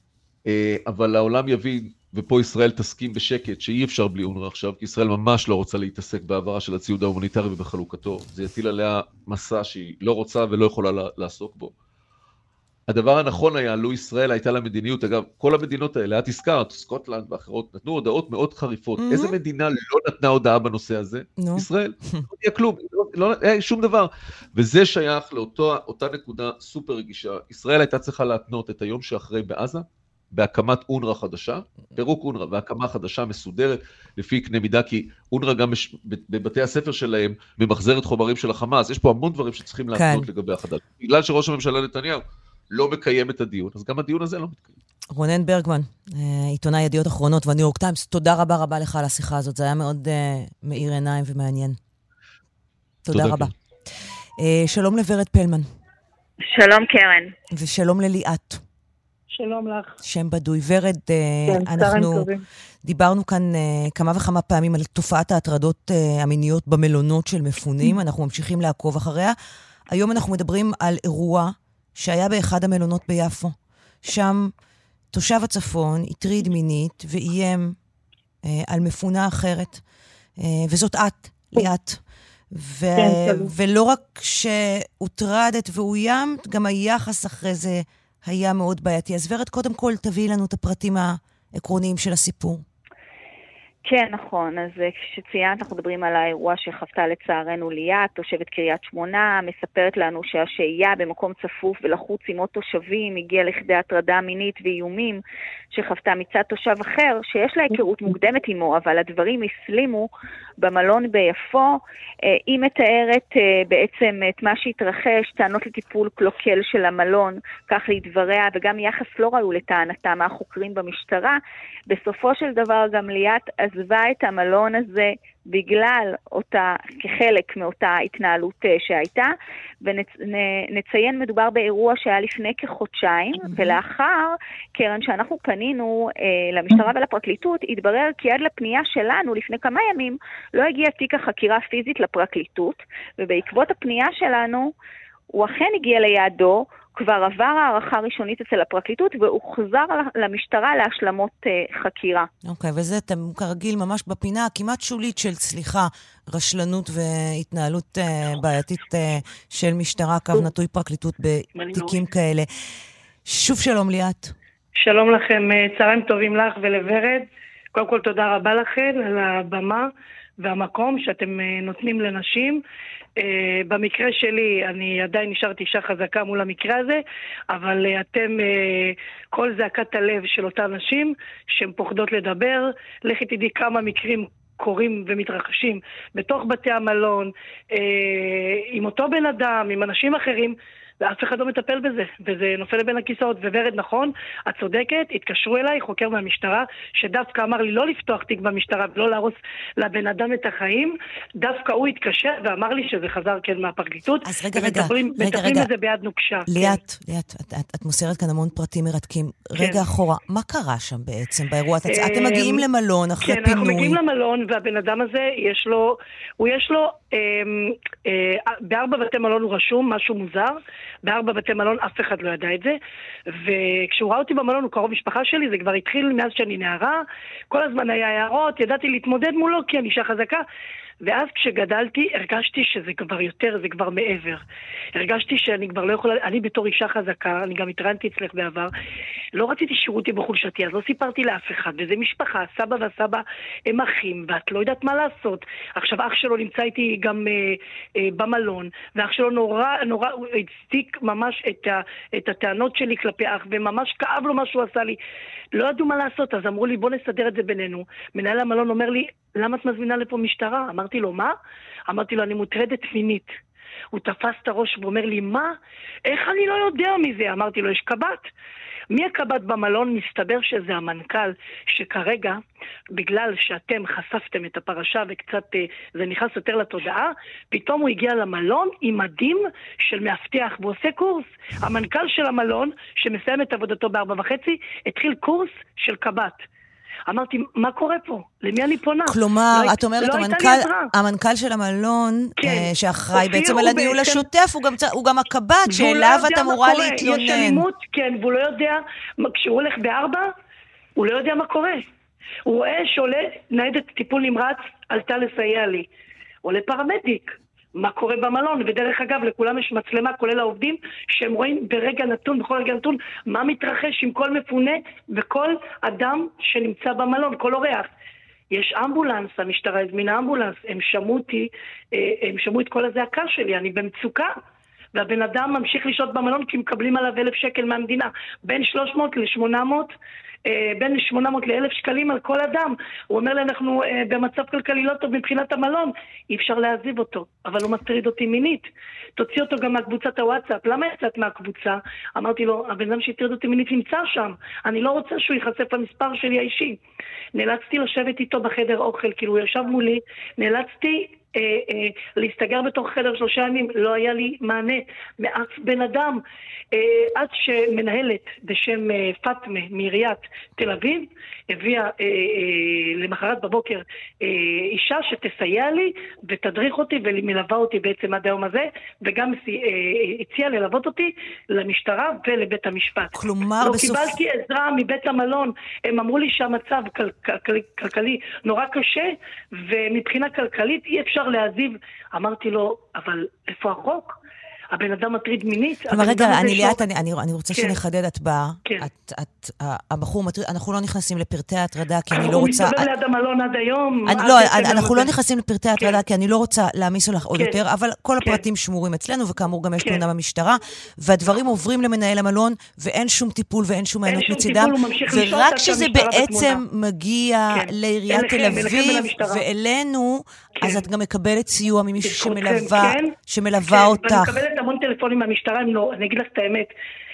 אבל העולם יבין, ופה ישראל תסכים בשקט, שאי אפשר בלי אונר"א עכשיו, כי ישראל ממש לא רוצה להתעסק בעברה של הציוד ההומניטרי ובחלוקתו. זה יטיל עליה מסע שהיא לא רוצה ולא יכולה לעסוק בו. הדבר הנכון היה, לו ישראל הייתה לה מדיניות, אגב, כל המדינות האלה, את הזכרת, סקוטלנד ואחרות, נתנו הודעות מאוד חריפות. איזה מדינה לא נתנה הודעה בנושא הזה? ישראל. לא היה כלום, לא היה שום דבר. וזה שייך לאותה נקודה סופר רגישה. ישראל הייתה צריכה להתנות את היום שאחרי בעזה, בהקמת אונר"א חדשה, פירוק אונר"א והקמה חדשה מסודרת לפי קנה מידה, כי אונר"א גם בבתי הספר שלהם ממחזרת חומרים של החמאס. יש פה המון דברים שצריכים להתנות לגבי החדש. בגלל שראש הממשלה נתניהו לא מקיים את הדיון, אז גם הדיון הזה לא מתקיים. רונן ברגמן, עיתונאי ידיעות אחרונות והניו יורק טיימס, תודה רבה לך על השיחה הזאת, זה היה מאוד מאיר עיניים ומעניין. תודה רבה. שלום לוורד פלמן. שלום קרן. ושלום לליאת. שלום לך. שם בדוי. ורד, אנחנו דיברנו כאן כמה וכמה פעמים על תופעת ההטרדות המיניות במלונות של מפונים, אנחנו ממשיכים לעקוב אחריה. היום אנחנו מדברים על אירוע שהיה באחד המלונות ביפו. שם תושב הצפון הטריד מינית ואיים על מפונה אחרת, וזאת את, ליאת. ולא רק שהוטרדת ואוימת, גם היחס אחרי זה היה מאוד בעייתי. אז ורד, קודם כל תביאי לנו את הפרטים העקרוניים של הסיפור. כן, נכון. אז כשציינת, אנחנו מדברים על האירוע שחוותה לצערנו ליאת, תושבת קריית שמונה, מספרת לנו שהשהייה במקום צפוף ולחוץ עם עוד תושבים הגיעה לכדי הטרדה מינית ואיומים שחוותה מצד תושב אחר, שיש לה היכרות מוקדמת עמו, אבל הדברים הסלימו במלון ביפו. היא מתארת בעצם את מה שהתרחש, טענות לטיפול קלוקל של המלון, כך לדבריה, וגם יחס לא ראו לטענתה מהחוקרים במשטרה. בסופו של דבר גם ליאת עזבה את המלון הזה בגלל כחלק מאותה התנהלות שהייתה, ונציין מדובר באירוע שהיה לפני כחודשיים, ולאחר קרן שאנחנו פנינו למשטרה ולפרקליטות, התברר כי עד לפנייה שלנו לפני כמה ימים לא הגיע תיק החקירה פיזית לפרקליטות, ובעקבות הפנייה שלנו הוא אכן הגיע ליעדו, כבר עבר הערכה ראשונית אצל הפרקליטות, והוא חוזר למשטרה להשלמות חקירה. אוקיי, וזה כרגיל ממש בפינה כמעט שולית של רשלנות והתנהלות בעייתית של משטרה, קו נטוי פרקליטות בתיקים כאלה. שוב שלום ליאת. שלום לכם, צהריים טובים לך ולוורד. קודם כל תודה רבה לכם על הבמה והמקום שאתם נותנים לנשים. במקרה שלי אני עדיין נשארתי אישה חזקה מול המקרה הזה, אבל אתם כל זעקת הלב של אותן נשים שהן פוחדות לדבר. לכי תדעי כמה מקרים קורים ומתרחשים בתוך בתי המלון, עם אותו בן אדם, עם אנשים אחרים, ואף אחד לא מטפל בזה, וזה נופל לבין הכיסאות. וורד, נכון, את צודקת, התקשרו אליי, חוקר מהמשטרה, שדווקא אמר לי לא לפתוח תיק במשטרה ולא להרוס לבן אדם את החיים, דווקא הוא התקשר ואמר לי שזה חזר כן מהפרקליטות. אז רגע, מטפלים בזה ביד נוקשה. ליאת, את מוסרת כאן המון פרטים מרתקים. רגע אחורה, מה קרה שם בעצם באירוע? אתם מגיעים למלון אחרי פינוי. כן, אנחנו מגיעים למלון, והבן אדם הזה יש לו ב4 בתי מלון הוא רשום, משהו מוזר. ב4 בתי מלון אף אחד לא ידע את זה, וכשהוא ראה אותי במלון הוא קרוב משפחה שלי, זה כבר התחיל מאז שאני נערה, כל הזמן היה הערות, ידעתי להתמודד מולו כי אני אישה חזקה, ואז כשגדלתי הרגשתי שזה כבר יותר, זה כבר מעבר. הרגשתי שאני כבר לא יכולה, אני בתור אישה חזקה, אני גם התראיינתי אצלך בעבר, לא רציתי שיראו אותי בחולשתי, אז לא סיפרתי לאף אחד, וזה משפחה, סבא והסבא הם אחים, ואת לא יודעת מה לעשות. עכשיו אח שלו נמצא איתי גם במלון, ואח שלו נורא, הוא הצדיק ממש את הטענות שלי כלפי אח, וממש כאב לו מה שהוא עשה לי. לא ידעו מה לעשות, אז אמרו לי בוא נסדר את זה בינינו. מנהל המלון אומר לי, למה את מזמינה לפה משטרה? אמרתי לו, מה? אמרתי לו, אני מוטרדת מינית. הוא תפס את הראש ואומר לי, מה? איך אני לא יודע מזה? אמרתי לו, יש קב"ט. מי הקב"ט במלון? מסתבר שזה המנכ"ל, שכרגע, בגלל שאתם חשפתם את הפרשה וקצת זה נכנס יותר לתודעה, פתאום הוא הגיע למלון עם מדים של מאבטח ועושה קורס. המנכ"ל של המלון, שמסיים את עבודתו ב4:30, התחיל קורס של קב"ט. אמרתי, מה קורה פה? למי אני פונה? כלומר, את אומרת, המנכ"ל של המלון, שאחראי בעצם על הניהול השוטף, הוא גם הקב"ט, שאליו את אמורה להתלונן. יש אלימות, כן, והוא לא יודע, כשהוא הולך ב4, הוא לא יודע מה קורה. הוא רואה שעולה ניידת טיפול נמרץ, עלתה לסייע לי. עולה פרמדיק. מה קורה במלון, ודרך אגב לכולם יש מצלמה, כולל העובדים, שהם רואים ברגע נתון, בכל רגע נתון, מה מתרחש עם כל מפונה וכל אדם שנמצא במלון, כל אורח. יש אמבולנס, המשטרה הזמינה אמבולנס, הם שמעו את כל הזעקה שלי, אני במצוקה, והבן אדם ממשיך לשהות במלון כי מקבלים עליו 1,000 שקל מהמדינה, בין 300 ל-800, בין 800 ל-1,000 שקלים על כל אדם. הוא אומר לי, אנחנו במצב כלכלי לא טוב מבחינת המלון, אי אפשר להעזיב אותו, אבל הוא מטריד אותי מינית. תוציא אותו גם מהקבוצת הוואטסאפ. למה יצאת מהקבוצה? אמרתי לו, הבן אדם שהטריד אותי מינית נמצא שם, אני לא רוצה שהוא ייחשף למספר שלי האישי. נאלצתי לשבת איתו בחדר אוכל, כאילו הוא ישב מולי, נאלצתי להסתגר בתוך חדר 3 ימים, לא היה לי מענה מאף בן אדם, עד שמנהלת בשם פטמה מעיריית תל אביב הביאה למחרת בבוקר אישה שתסייע לי ותדריך אותי ומלווה אותי בעצם עד היום הזה, וגם הציעה ללוות אותי למשטרה ולבית המשפט. כלומר לא קיבלתי עזרה מבית המלון, הם אמרו לי שהמצב כלכלי נורא קשה, ומבחינה כלכלית אי אפשר להעזיב. אמרתי לו, אבל איפה החוק? הבן אדם מטריד מינית. כלומר, רגע, אני רוצה שנחדד, את באה, הבחור מטריד, אנחנו לא נכנסים לפרטי ההטרדה, כי אני לא רוצה... הוא מסתובב ליד המלון עד היום. לא, אנחנו לא נכנסים לפרטי ההטרדה, כי אני לא רוצה להעמיס לך עוד יותר, אבל כל הפרטים שמורים אצלנו, וכאמור גם יש תלונה במשטרה, והדברים עוברים למנהל המלון, ואין שום טיפול ואין שום הענות מצידם, ורק שזה בעצם מגיע לעיריית תל אביב ואלינו, אז את גם מקבלת סיוע ממישהו שמלווה אותך. אני מקבלת המון טלפונים מהמשטרה, אני אגיד לך את האמת,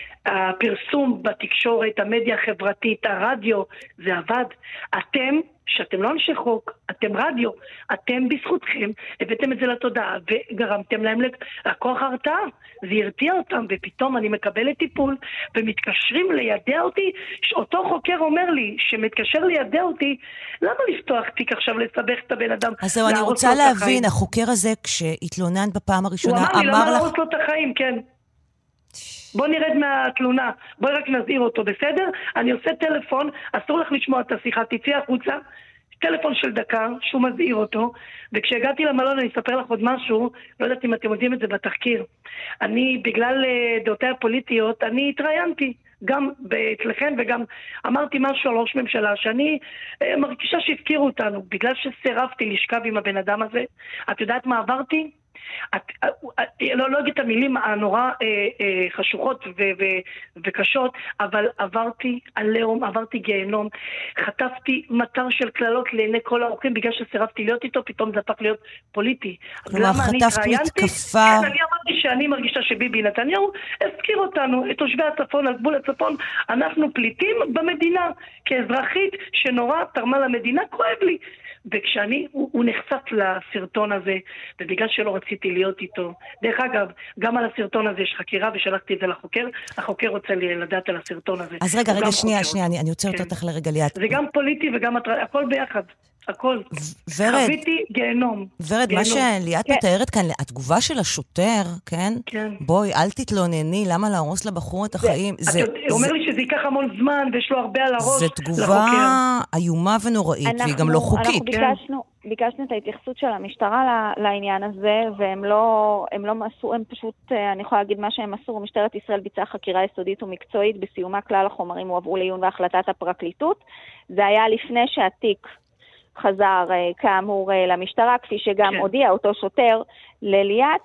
הפרסום בתקשורת, המדיה החברתית, הרדיו, זה עבד. אתם, שאתם לא אנשי חוק, אתם רדיו, אתם בזכותכם הבאתם את זה לתודעה וגרמתם להם לכוח הרתעה, זה הרתיע אותם, ופתאום אני מקבלת טיפול ומתקשרים לידע אותי, שאותו חוקר אומר לי שמתקשר לידע אותי, למה לפתוח תיק עכשיו לסבך את הבן אדם? אז זהו, אני רוצה להבין, החוקר הזה כשהתלוננת בפעם הראשונה הוא אמר לי, למה להרוס לו את החיים, כן. בוא נרד מהתלונה, בואי רק נזהיר אותו, בסדר? אני עושה טלפון, אסור לך לשמוע את השיחה, תצאי החוצה, טלפון של דקה, שהוא מזהיר אותו, וכשהגעתי למלון אני אספר לך עוד משהו, לא יודעת אם אתם יודעים את זה בתחקיר. אני, בגלל דעותיי הפוליטיות, אני התראיינתי, גם אצלכם וגם אמרתי משהו על ראש ממשלה, שאני מרגישה שהפקירו אותנו, בגלל שסירבתי לשכב עם הבן אדם הזה. את יודעת מה עברתי? לא אגיד את המילים הנורא חשוכות וקשות, אבל עברתי עליהום, עברתי גיהנום, חטפתי מטר של כללות לעיני כל האורחים בגלל שסירבתי להיות איתו, פתאום זה הפך להיות פוליטי. כלומר, חטפת מתקפה. כן, אני אמרתי שאני מרגישה שביבי נתניהו הזכיר אותנו, את תושבי הצפון, על גבול הצפון, אנחנו פליטים במדינה, כאזרחית שנורא תרמה למדינה, כואב לי. וכשאני, הוא נחשף לסרטון הזה, ובגלל שלא רציתי להיות איתו, דרך אגב, גם על הסרטון הזה יש חקירה, ושלחתי את זה לחוקר, החוקר רוצה לדעת על הסרטון הזה. אז רגע, שנייה, אני עוצרת אותך לרגע ליאת. זה גם פוליטי וגם הכל ביחד. הכל. חוויתי גיהנום. ורד, מה שליאת מתארת כאן, התגובה של השוטר, כן? בואי, אל תתלונני, למה להרוס לבחור את החיים? הוא אומר לי שזה ייקח המון זמן, ויש לו הרבה על הראש. זה תגובה איומה ונוראית, והיא גם לא חוקית. אנחנו ביקשנו את ההתייחסות של המשטרה לעניין הזה, והם לא עשו, הם פשוט, אני יכולה להגיד מה שהם עשו, משטרת ישראל ביצעה חקירה יסודית ומקצועית, בסיומה כלל החומרים הועברו לעיון והחלטת הפרקליטות. זה היה לפני שהתיק חזר כאמור למשטרה, כפי שגם הודיע אותו שוטר לליאת,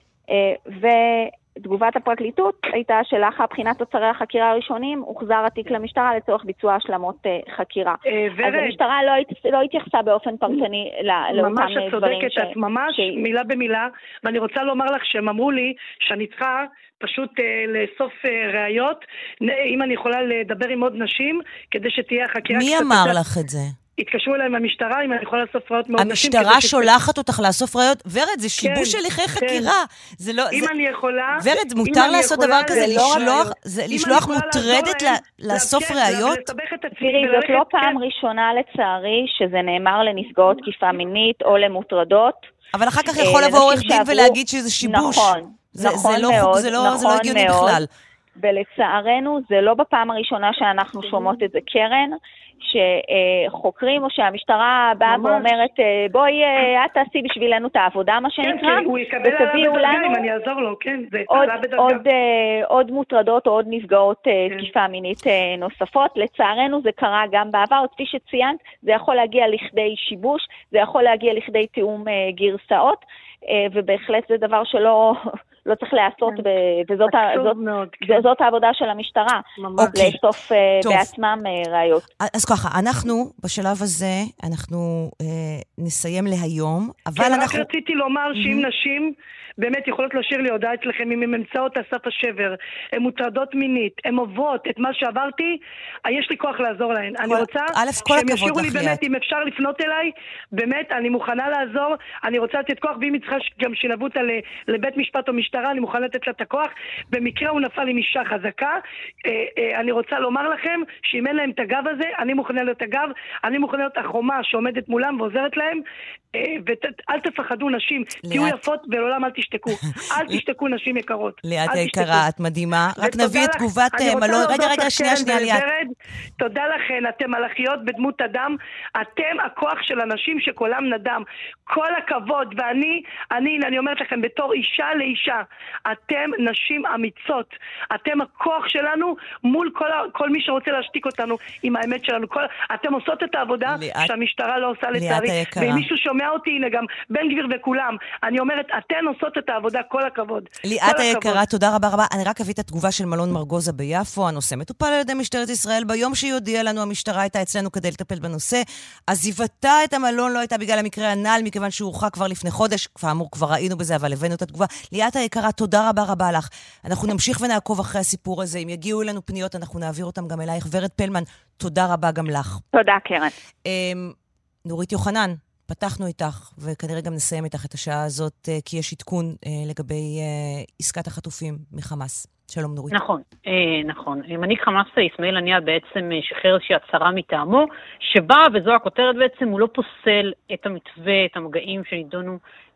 ותגובת הפרקליטות הייתה שלאחר בחינת תוצרי החקירה הראשונים, הוחזר התיק למשטרה לצורך ביצוע השלמות חקירה. אז המשטרה לא התייחסה באופן פרטני לאותם ממש את דברים. צודקת, את ממש מילה במילה, ואני רוצה לומר לך שהם אמרו לי שאני צריכה פשוט לאסוף ראיות, אם אני יכולה לדבר עם עוד נשים, כדי שתהיה החקירה. מי אמר לך את זה? התקשרו אליי מהמשטרה, אם אני יכולה לאסוף ראיות מאוד נשים. המשטרה שולחת אותך לאסוף ראיות? ורד, זה שיבוש הליכי חקירה. אם אני יכולה... ורד, מותר לעשות דבר כזה, לשלוח מוטרדת לאסוף ראיות? תראי, זאת לא פעם ראשונה לצערי, שזה נאמר לנפגעות תקיפה מינית או למוטרדות. אבל אחר כך יכול לבוא עורך דין ולהגיד שזה שיבוש. נכון מאוד. זה לא הגיוני בכלל. ולצערנו, זה לא בפעם הראשונה שאנחנו שומעות את זה, קרן, שחוקרים או שהמשטרה באה ואומרת, בואי, את תעשי בשבילנו את העבודה, מה שנקרא. כן, הוא יקבל עליו בדרגה, אם אני אעזור לו, כן, זה עלה בדרגה. עוד מוטרדות או עוד נפגעות תקיפה מינית נוספות. לצערנו זה קרה גם בעבר, כפי שציינת, זה יכול להגיע לכדי שיבוש, זה יכול להגיע לכדי תיאום גרסאות, ובהחלט זה דבר שלא... לא צריך לעשות, וזאת העבודה של המשטרה, לאסוף בעצמם ראיות. אז ככה, אנחנו בשלב הזה, אנחנו נסיים להיום, אבל אנחנו... רק רציתי לומר שאם נשים באמת יכולות להשאיר לי הודעה אצלכם, אם הן אמצעות אסף השבר, הן מוטרדות מינית, הן עוברות את מה שעברתי, יש לי כוח לעזור להן. אני רוצה שהם ישאירו לי באמת, אם אפשר לפנות אליי, באמת, אני מוכנה לעזור, אני רוצה לתת כוח, ואם היא צריכה גם שילבו אותה לבית משפט או משטרה, אני מוכנה לתת לה את הכוח. במקרה הוא נפל עם אישה חזקה, אני רוצה לומר לכם, שאם אין להם את הגב הזה, אני מוכנה להיות הגב, אני מוכנה להיות החומה שעומדת מולם ועוזרת להם, ואל תפחדו נשים, תהיו יפות ולעולם אל תשתקו. אל תשתקו נשים יקרות. ליאת היקרה, את מדהימה. רק נביא את תגובת מלון. רגע, שנייה, ליאת. תודה לכן, אתם מלאכיות בדמות אדם, אתם הכוח של אנשים שקולם נדם. כל הכבוד, ואני אומרת לכם, בתור אישה לאישה, אתם נשים אמיצות. אתם הכוח שלנו מול כל מי שרוצה להשתיק אותנו עם האמת שלנו. אתם עושות את העבודה שהמשטרה לא עושה לצערי. ואם מישהו שומע אותי, הנה גם בן גביר וכולם, אני אומרת, אתן עושות את העבודה, כל הכבוד. ליאת היקרה, תודה רבה רבה. אני רק אביא את התגובה של מלון מרגוזה ביפו. הנושא מטופל על ידי משטרת ישראל. ביום שהיא הודיעה לנו, המשטרה הייתה אצלנו כדי לטפל בנושא. עזיבתה את המלון לא הייתה בגלל המקרה הנ"ל, מכיוון שהוא הורחק כבר לפני חודש. כאמור, כבר ראינו בזה, אבל הבאנו את התגובה. ליאת היקרה, תודה רבה רבה לך. אנחנו נמשיך ונעקוב אחרי הסיפור הזה. אם יגיעו אלינו פניות, אנחנו נעביר אותם גם אלייך. ורד פלמן, תודה רבה גם לך. תודה, קרן. נורית יוחנן, פתחנו איתך, וכנראה גם נסיים איתך את השעה הזאת, כי יש עדכון לגבי עסקת החטופים מחמאס. שלום נורית. נכון. מנהיג חמאס איסמעיל הנייה בעצם שחרר איזושהי הצהרה מטעמו, שבה, וזו הכותרת בעצם, הוא לא פוסל את המתווה, את המגעים שנידונו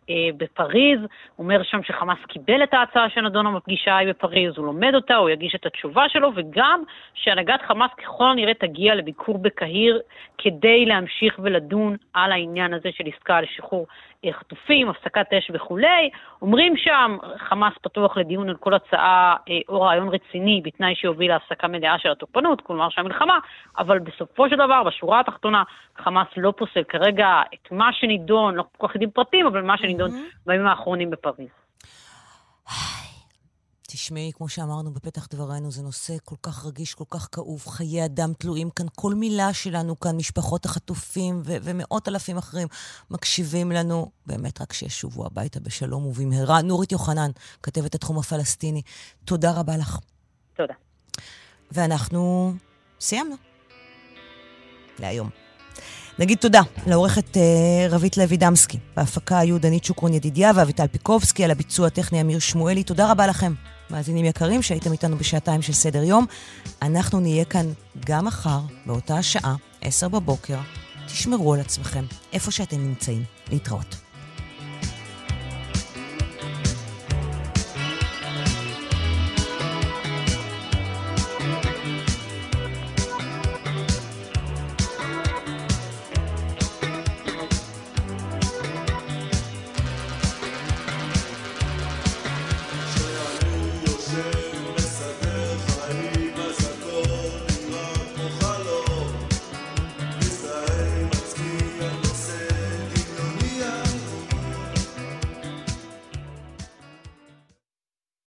בפריז, הוא אומר שם שחמאס קיבל את ההצעה שנדונה בפגישה ההיא בפריז, הוא לומד אותה, הוא יגיש את התשובה שלו, וגם שהנהגת חמאס ככל הנראה תגיע לביקור בקהיר, כדי להמשיך ולדון על העניין הזה של עסקה לשחרור חטופים, הפסקת אש וכולי. אומרים שם, חמאס פתוח לדיון על כל הצעה או רעיון רציני, בתנאי שיוביל להפסקה מלאה של התוקפנות, כלומר שהמלחמה, אבל בסופו של דבר, בשורה התחתונה, חמאס לא פוסל כרגע את מה שנידון, לא כל כך יודעים פרטים, אבל מה שנידון בימים האחרונים בפריז. תשמעי, כמו שאמרנו בפתח דברנו, זה נושא כל כך רגיש, כל כך כאוב, חיי אדם תלויים כאן, כל מילה שלנו כאן, משפחות החטופים ומאות אלפים אחרים מקשיבים לנו, באמת רק שישובו הביתה בשלום ובמהרה. נורית יוחנן, כתבת התחום הפלסטיני, תודה רבה לך. תודה. ואנחנו סיימנו להיום. נגיד תודה לעורכת רבית לוי דמסקי, בהפקה היו דנית שוקרון ידידיה ואביטל פיקובסקי, על הביצוע הטכני אמיר שמואלי. תודה רבה לכם, מאזינים יקרים, שהייתם איתנו בשעתיים של סדר יום. אנחנו נהיה כאן גם מחר, באותה השעה, 10 בבוקר. תשמרו על עצמכם, איפה שאתם נמצאים. להתראות.